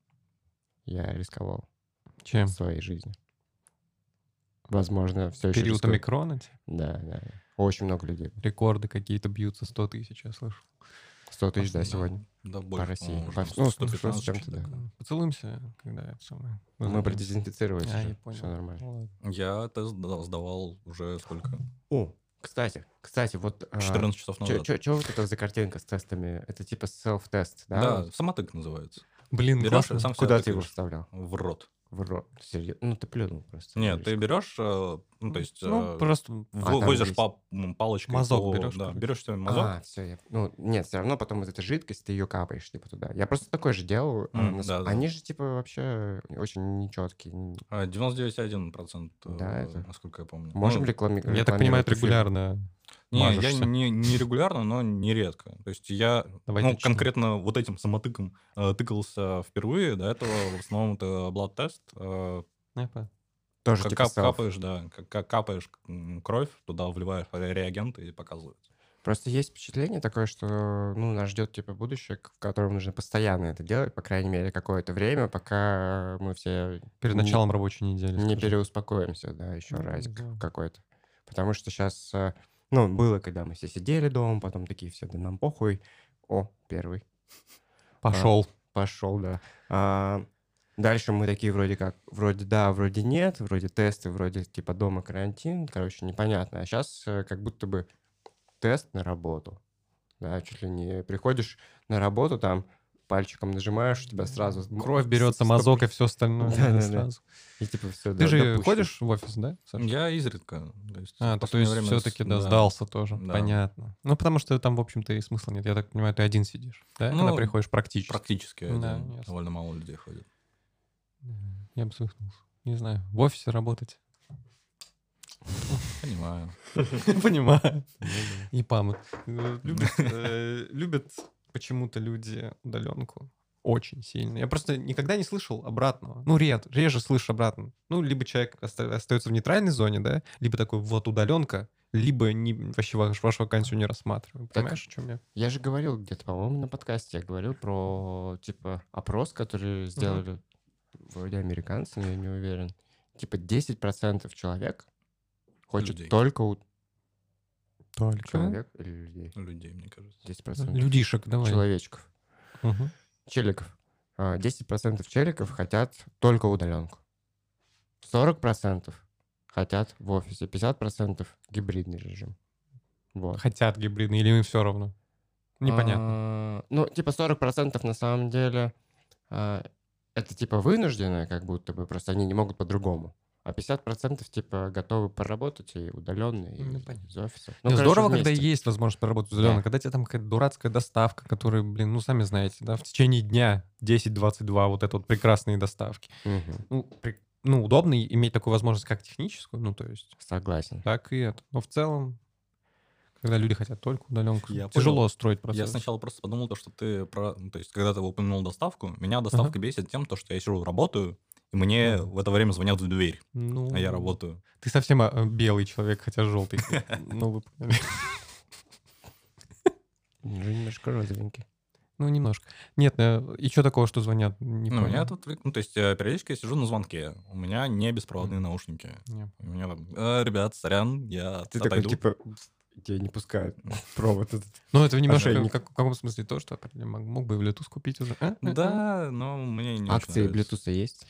я рисковал Чем? в своей жизни. Возможно, все еще Период рискую. омикрона? типа? Да, да. Очень много людей. Рекорды какие-то бьются, сто тысяч, я слышал. сто тысяч, да, сегодня. Да, По больше, России. по-моему, По- уже ну, сто сто пятнадцать, с чем-то, что-то да. такое. Поцелуемся, когда это самое. Мы разойдёмся. продезинфицировались А, уже. я понял. Все нормально. Ну ладно. Я тест да- сдавал уже сколько? О, кстати, кстати, вот... четырнадцать часов назад. Что вот это за картинка с тестами? Это типа self-тест, да? Да, самотык называется. Блин, Берешь классно. и сам себя Куда ты его тыкаешь вставлял? в рот. В рот. Серьезно? Ну, ты плюнул просто. Нет, ты берешь, э, ну, то есть, Ну, э, просто в- А, там возишь есть. па- м, палочкой Мазок по- берешь, да, короче. берешь себе мазок. А, все, я... Ну, нет, все равно потом вот эта жидкость, ты ее капаешь, типа, туда. Я просто такой же делал. а, М, нас- да, да. Они же, типа, вообще очень нечеткие. А, девяносто девять целых один процент, Да, э, это- насколько я помню. Можем Ну, реклами... Я так понимаю, это регулярно. Не, я мажешься. не, не регулярно, но нередко. То есть я Давай ну, точнее. конкретно вот этим самотыком э, тыкался впервые. До этого в основном это блад-тест. Э, Я понял. Тоже, как типа, кап- self. капаешь, да, как, как капаешь м, кровь, туда вливаешь ре- реагенты и показывают. Просто есть впечатление такое, что, ну, нас ждет, типа, будущее, к- в котором нужно постоянно это делать, по крайней мере, какое-то время, пока мы все Перед не- началом рабочей недели. не скажи. переуспокоимся, да, еще Ну, разик да. какой-то. Потому что сейчас, ну, было, когда мы все сидели дома, потом такие все, да нам похуй. О, первый. Пошел. Пошел, да. А, дальше мы такие вроде как, вроде да, вроде нет, вроде тесты, вроде типа дома карантин, короче, непонятно. А сейчас как будто бы тест на работу. Да, чуть ли не приходишь на работу, там пальчиком нажимаешь, у тебя сразу... м- Кровь берется, с- мазок и все остальное. Да, да, да. сразу. И типа все, Ты же ходишь в офис, да, Саша? Я изредка. То есть, А, в то, то последнее есть время все-таки, с- да, сдался тоже. да. Понятно. Ну, потому что там, в общем-то, и смысла нет. Я так понимаю, ты один сидишь, да, когда Ну, приходишь практически. Практически Да, один. ясно. Довольно мало людей ходит. Я бы свыкнулся. Не знаю, в офисе работать. Понимаю. Понимаю. Ну да. И память. Э, Любят, э, любят почему-то люди удаленку очень сильно. Я просто никогда не слышал обратного. Ну, ред, реже слышу обратно. Ну, либо человек оста- остается в нейтральной зоне, да, либо такой вот удаленка, либо не, вообще ваш- вашу вакансию не рассматриваем. Так Понимаешь, о чем я? я же говорил где-то, по-моему, на подкасте, я говорил про, типа, опрос, который сделали вроде американцы, но я не уверен. Типа десять процентов человек хочет Людей. только у Только. человек или людей? Людей, мне кажется. десять процентов Людишек, давай. человечков. Мгм. Челиков. А, десять процентов челиков хотят только удаленку. сорок процентов хотят в офисе. пятьдесят процентов гибридный режим. Вот. Хотят гибридные или им все равно? Непонятно. А, ну, типа сорок процентов на самом деле а, это типа вынужденное, как будто бы, просто они не могут по-другому. А пятьдесят процентов типа готовы поработать и удаленно, и Ну, понятно. из офиса. Ну, короче, здорово, когда вместе. есть возможность поработать удаленно. Да. Когда тебе там какая-то дурацкая доставка, которая, блин, ну, сами знаете, да, в течение дня десять двадцать два вот это вот прекрасные доставки. Мгм. Ну, при- ну, удобно иметь такую возможность как техническую, ну, то есть, Согласен. так и это. Но в целом, когда люди хотят только удаленку, Я тяжело понял. строить процесс. Я сначала просто подумал, то, что ты про... ну, то есть, когда ты упомянул доставку, меня доставка бесит тем, то, что я сижу, работаю, и мне Ага. в это время звонят в дверь, Ну, а я работаю. Ты совсем а, белый человек, хотя желтый. Ну, вы поняли. Ну, немножко розовенький. Ну, немножко. Нет, э, и что такого, что звонят? Не Ну, у меня понял. тут, ну, то есть, э, периодически я сижу на звонке, у меня не беспроводные наушники. Не. У меня там, «Э, ребят, сорян, я Ты такой, отойду». типа, тебя не пускают. Провод этот. Ну, это немножко, Ошейник. как, в каком смысле то, что я мог, мог бы и Bluetooth купить уже. А? А? А? Да, но мне не Акции очень нравится. Bluetooth есть?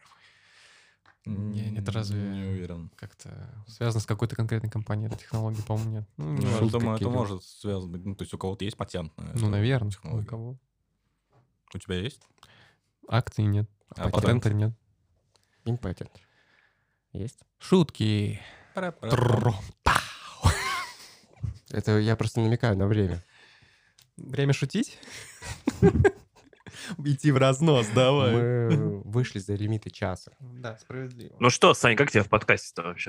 Не, это разве- Не уверен. Как-то связано с какой-то конкретной компанией, эта технология, по-моему, нет. Ну, не Ну, важно. думаю, это какие-либо. может связано быть. Ну, то есть у кого-то есть патент на Ну, эту наверное, у технологию. кого. У тебя есть? Акций нет, А патента нет. Импатент. Есть? Шутки. Трррром. Это я просто намекаю на время. Время шутить? Идти в разнос, давай. Мы вышли за лимиты часа. Да, справедливо. Ну что, Сань, как тебе в подкасте-то вообще?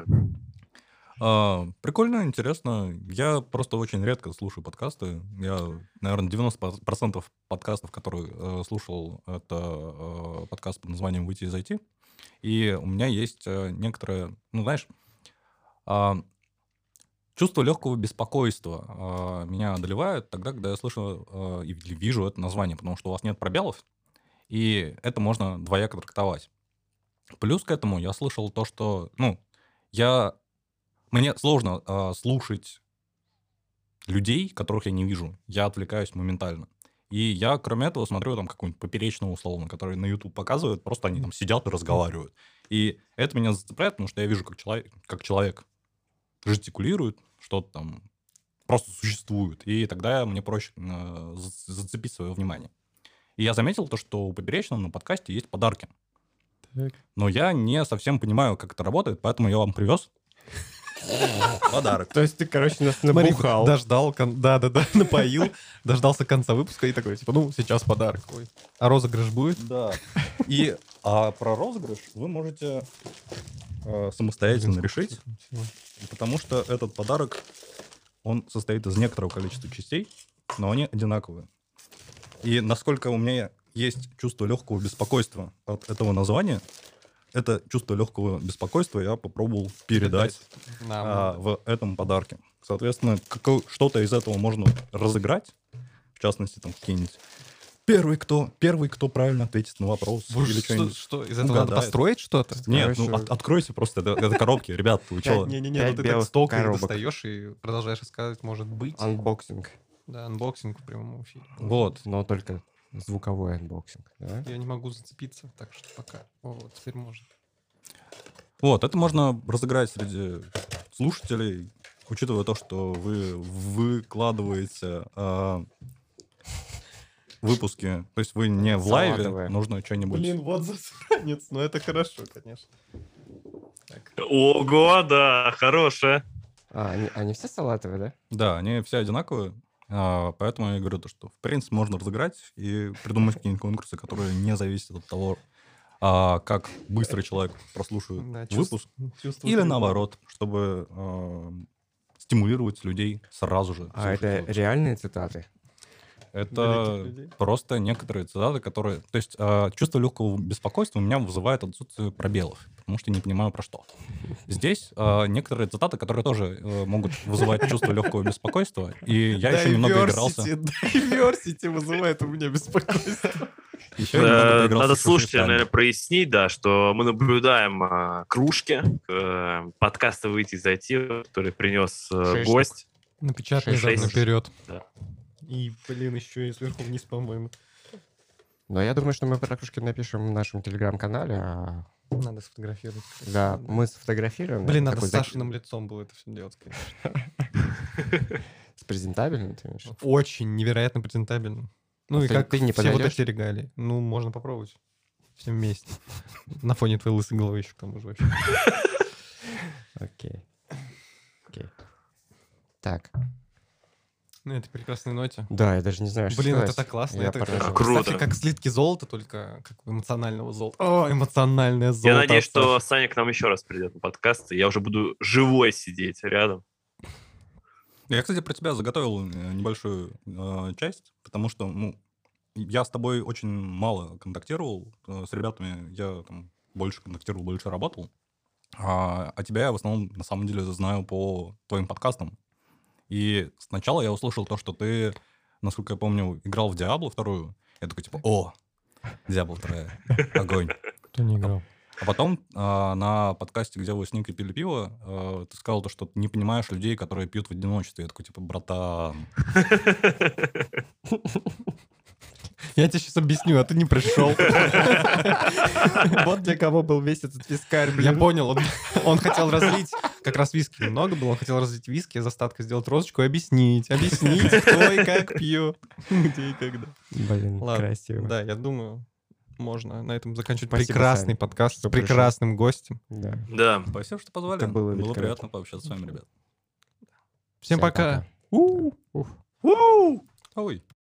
А, прикольно, интересно. Я просто очень редко слушаю подкасты. Я, наверное, девяносто процентов подкастов, которые э, слушал, это э, подкаст под названием «Выйти из ай ти». И у меня есть э, некоторое, ну, знаешь, а, чувство легкого беспокойства а, меня одолевает тогда, когда я слышу а, или вижу это название, потому что у вас нет пробелов, и это можно двояко трактовать. Плюс к этому я слышал то, что, ну, я... Мне сложно а, слушать людей, которых я не вижу. Я отвлекаюсь моментально. И я, кроме этого, смотрю там какую-нибудь поперечную условно, который на YouTube показывают, просто они там сидят и разговаривают. И это меня зацепляет, потому что я вижу, как человек, как человек жестикулирует, что-то там просто существует. И тогда мне проще э, за- зацепить свое внимание. И я заметил то, что у Поперечного на подкасте есть подарки. Так. Но я не совсем понимаю, как это работает, поэтому я вам привез подарок. То есть ты, короче, нас Смотри, набухал. дождал, кон- да-да-да, напоил, дождался конца выпуска и такой, типа, ну, сейчас подарок. Ой. А розыгрыш будет? Да. И а про розыгрыш вы можете э, самостоятельно решить, потому что этот подарок, он состоит из некоторого количества частей, но они одинаковые. И насколько у меня есть чувство легкого беспокойства от этого названия, это чувство легкого беспокойства я попробовал передать Нам. а, в этом подарке. Соответственно, какое- что-то из этого можно разыграть, в частности, там какие-нибудь первый, кто, первый, кто правильно ответит на вопрос. Боже, или что, что-нибудь. что, из этого надо угадает. построить что-то? Нет, ну Короче, от- откройте просто, это, это коробки. Ребят, вы что? Не-не-не, Пять ну ты так белых столько их коробок. достаешь и продолжаешь рассказывать, может быть. Анбоксинг. Да, анбоксинг в прямом эфире. Вот. Но только звуковой анбоксинг. Да? Я не могу зацепиться, так что пока. О, вот теперь можно. Вот, это можно разыграть среди слушателей, учитывая то, что вы выкладываете а, выпуски. То есть вы не в лайве, Салатовые. нужно что-нибудь... вот засранец, ну это хорошо, конечно. Так. Ого, да, хорошая. А, они, они все салатовые, да? Да, они все одинаковые. а, поэтому я говорю то, что в принципе можно разыграть и придумать какие-нибудь конкурсы, которые не зависят от того, а, как быстро человек прослушает Да, чувств- выпуск, чувствует или ритм. наоборот, чтобы э, стимулировать людей сразу же. А слушать это выпуск. реальные цитаты? Это Великих людей. просто некоторые цитаты, которые... То есть э, чувство легкого беспокойства у меня вызывает отсутствие пробелов, потому что не понимаю, про что. Здесь э, некоторые цитаты, которые тоже э, могут вызывать чувство легкого беспокойства, и я еще немного игрался... Diversity вызывает у меня беспокойство. Еще я немного Э, поигрался Надо со слушателям, свистами. наверное, прояснить, да, что мы наблюдаем э, кружки, э, подкаста «Выйти и зайти», который принес э, Шесть гость. Напечатанный Шесть- задом наперед. Да. И, блин, еще и сверху вниз, по-моему. Но я думаю, что мы про кружки напишем в нашем телеграм-канале. А, Надо сфотографировать. да, мы сфотографируем. Блин, да, надо такой с зак- Сашиным лицом было это все делать, конечно. С презентабельным, ты имеешь в виду? Очень невероятно презентабельно. Ну А и ты- как ты не все вот подойдешь? эти регалии. Ну, можно попробовать. Все вместе. На фоне твоей лысой головы еще к тому же вообще. Окей. Окей. Так. На этой прекрасной ноте. Да, я даже не знаю, что Блин, это сказать. так классно. Я Это, поражен. Круто. Кстати, как слитки золота, только как эмоционального золота. О, эмоциональное золото. Я надеюсь, от что Саши. Саня к нам еще раз придет на подкаст, и я уже буду живой сидеть рядом. Я, кстати, про тебя заготовил э, небольшую э, часть, потому что, ну, я с тобой очень мало контактировал. э, С ребятами я там больше контактировал, больше работал. А, а тебя я в основном, на самом деле, знаю по твоим подкастам. И сначала я услышал то, что ты, насколько я помню, играл в Диабло вторую. Я такой, типа, о, Диабло вторая, огонь. Кто не играл? А потом а, на подкасте, где вы с Никой пили пиво, а, ты сказал то, что ты не понимаешь людей, которые пьют в одиночестве. Я такой, типа, братан. Я тебе сейчас объясню, а ты не пришел. Вот для кого был весь этот вискарь, Я блин. понял, он, он хотел разлить, как раз виски немного было, он хотел разлить виски, из остатка сделать розочку и объяснить, объяснить, кто и как пьет, где и когда. Блин, Ладно, красиво. да, я думаю, можно на этом заканчивать Спасибо, прекрасный Саня, подкаст с что пришел. прекрасным гостем. Да. Да. Спасибо, что позвали. Это было Было великолепно. приятно пообщаться с вами, ребят. Всем пока. У. Уф. Ой.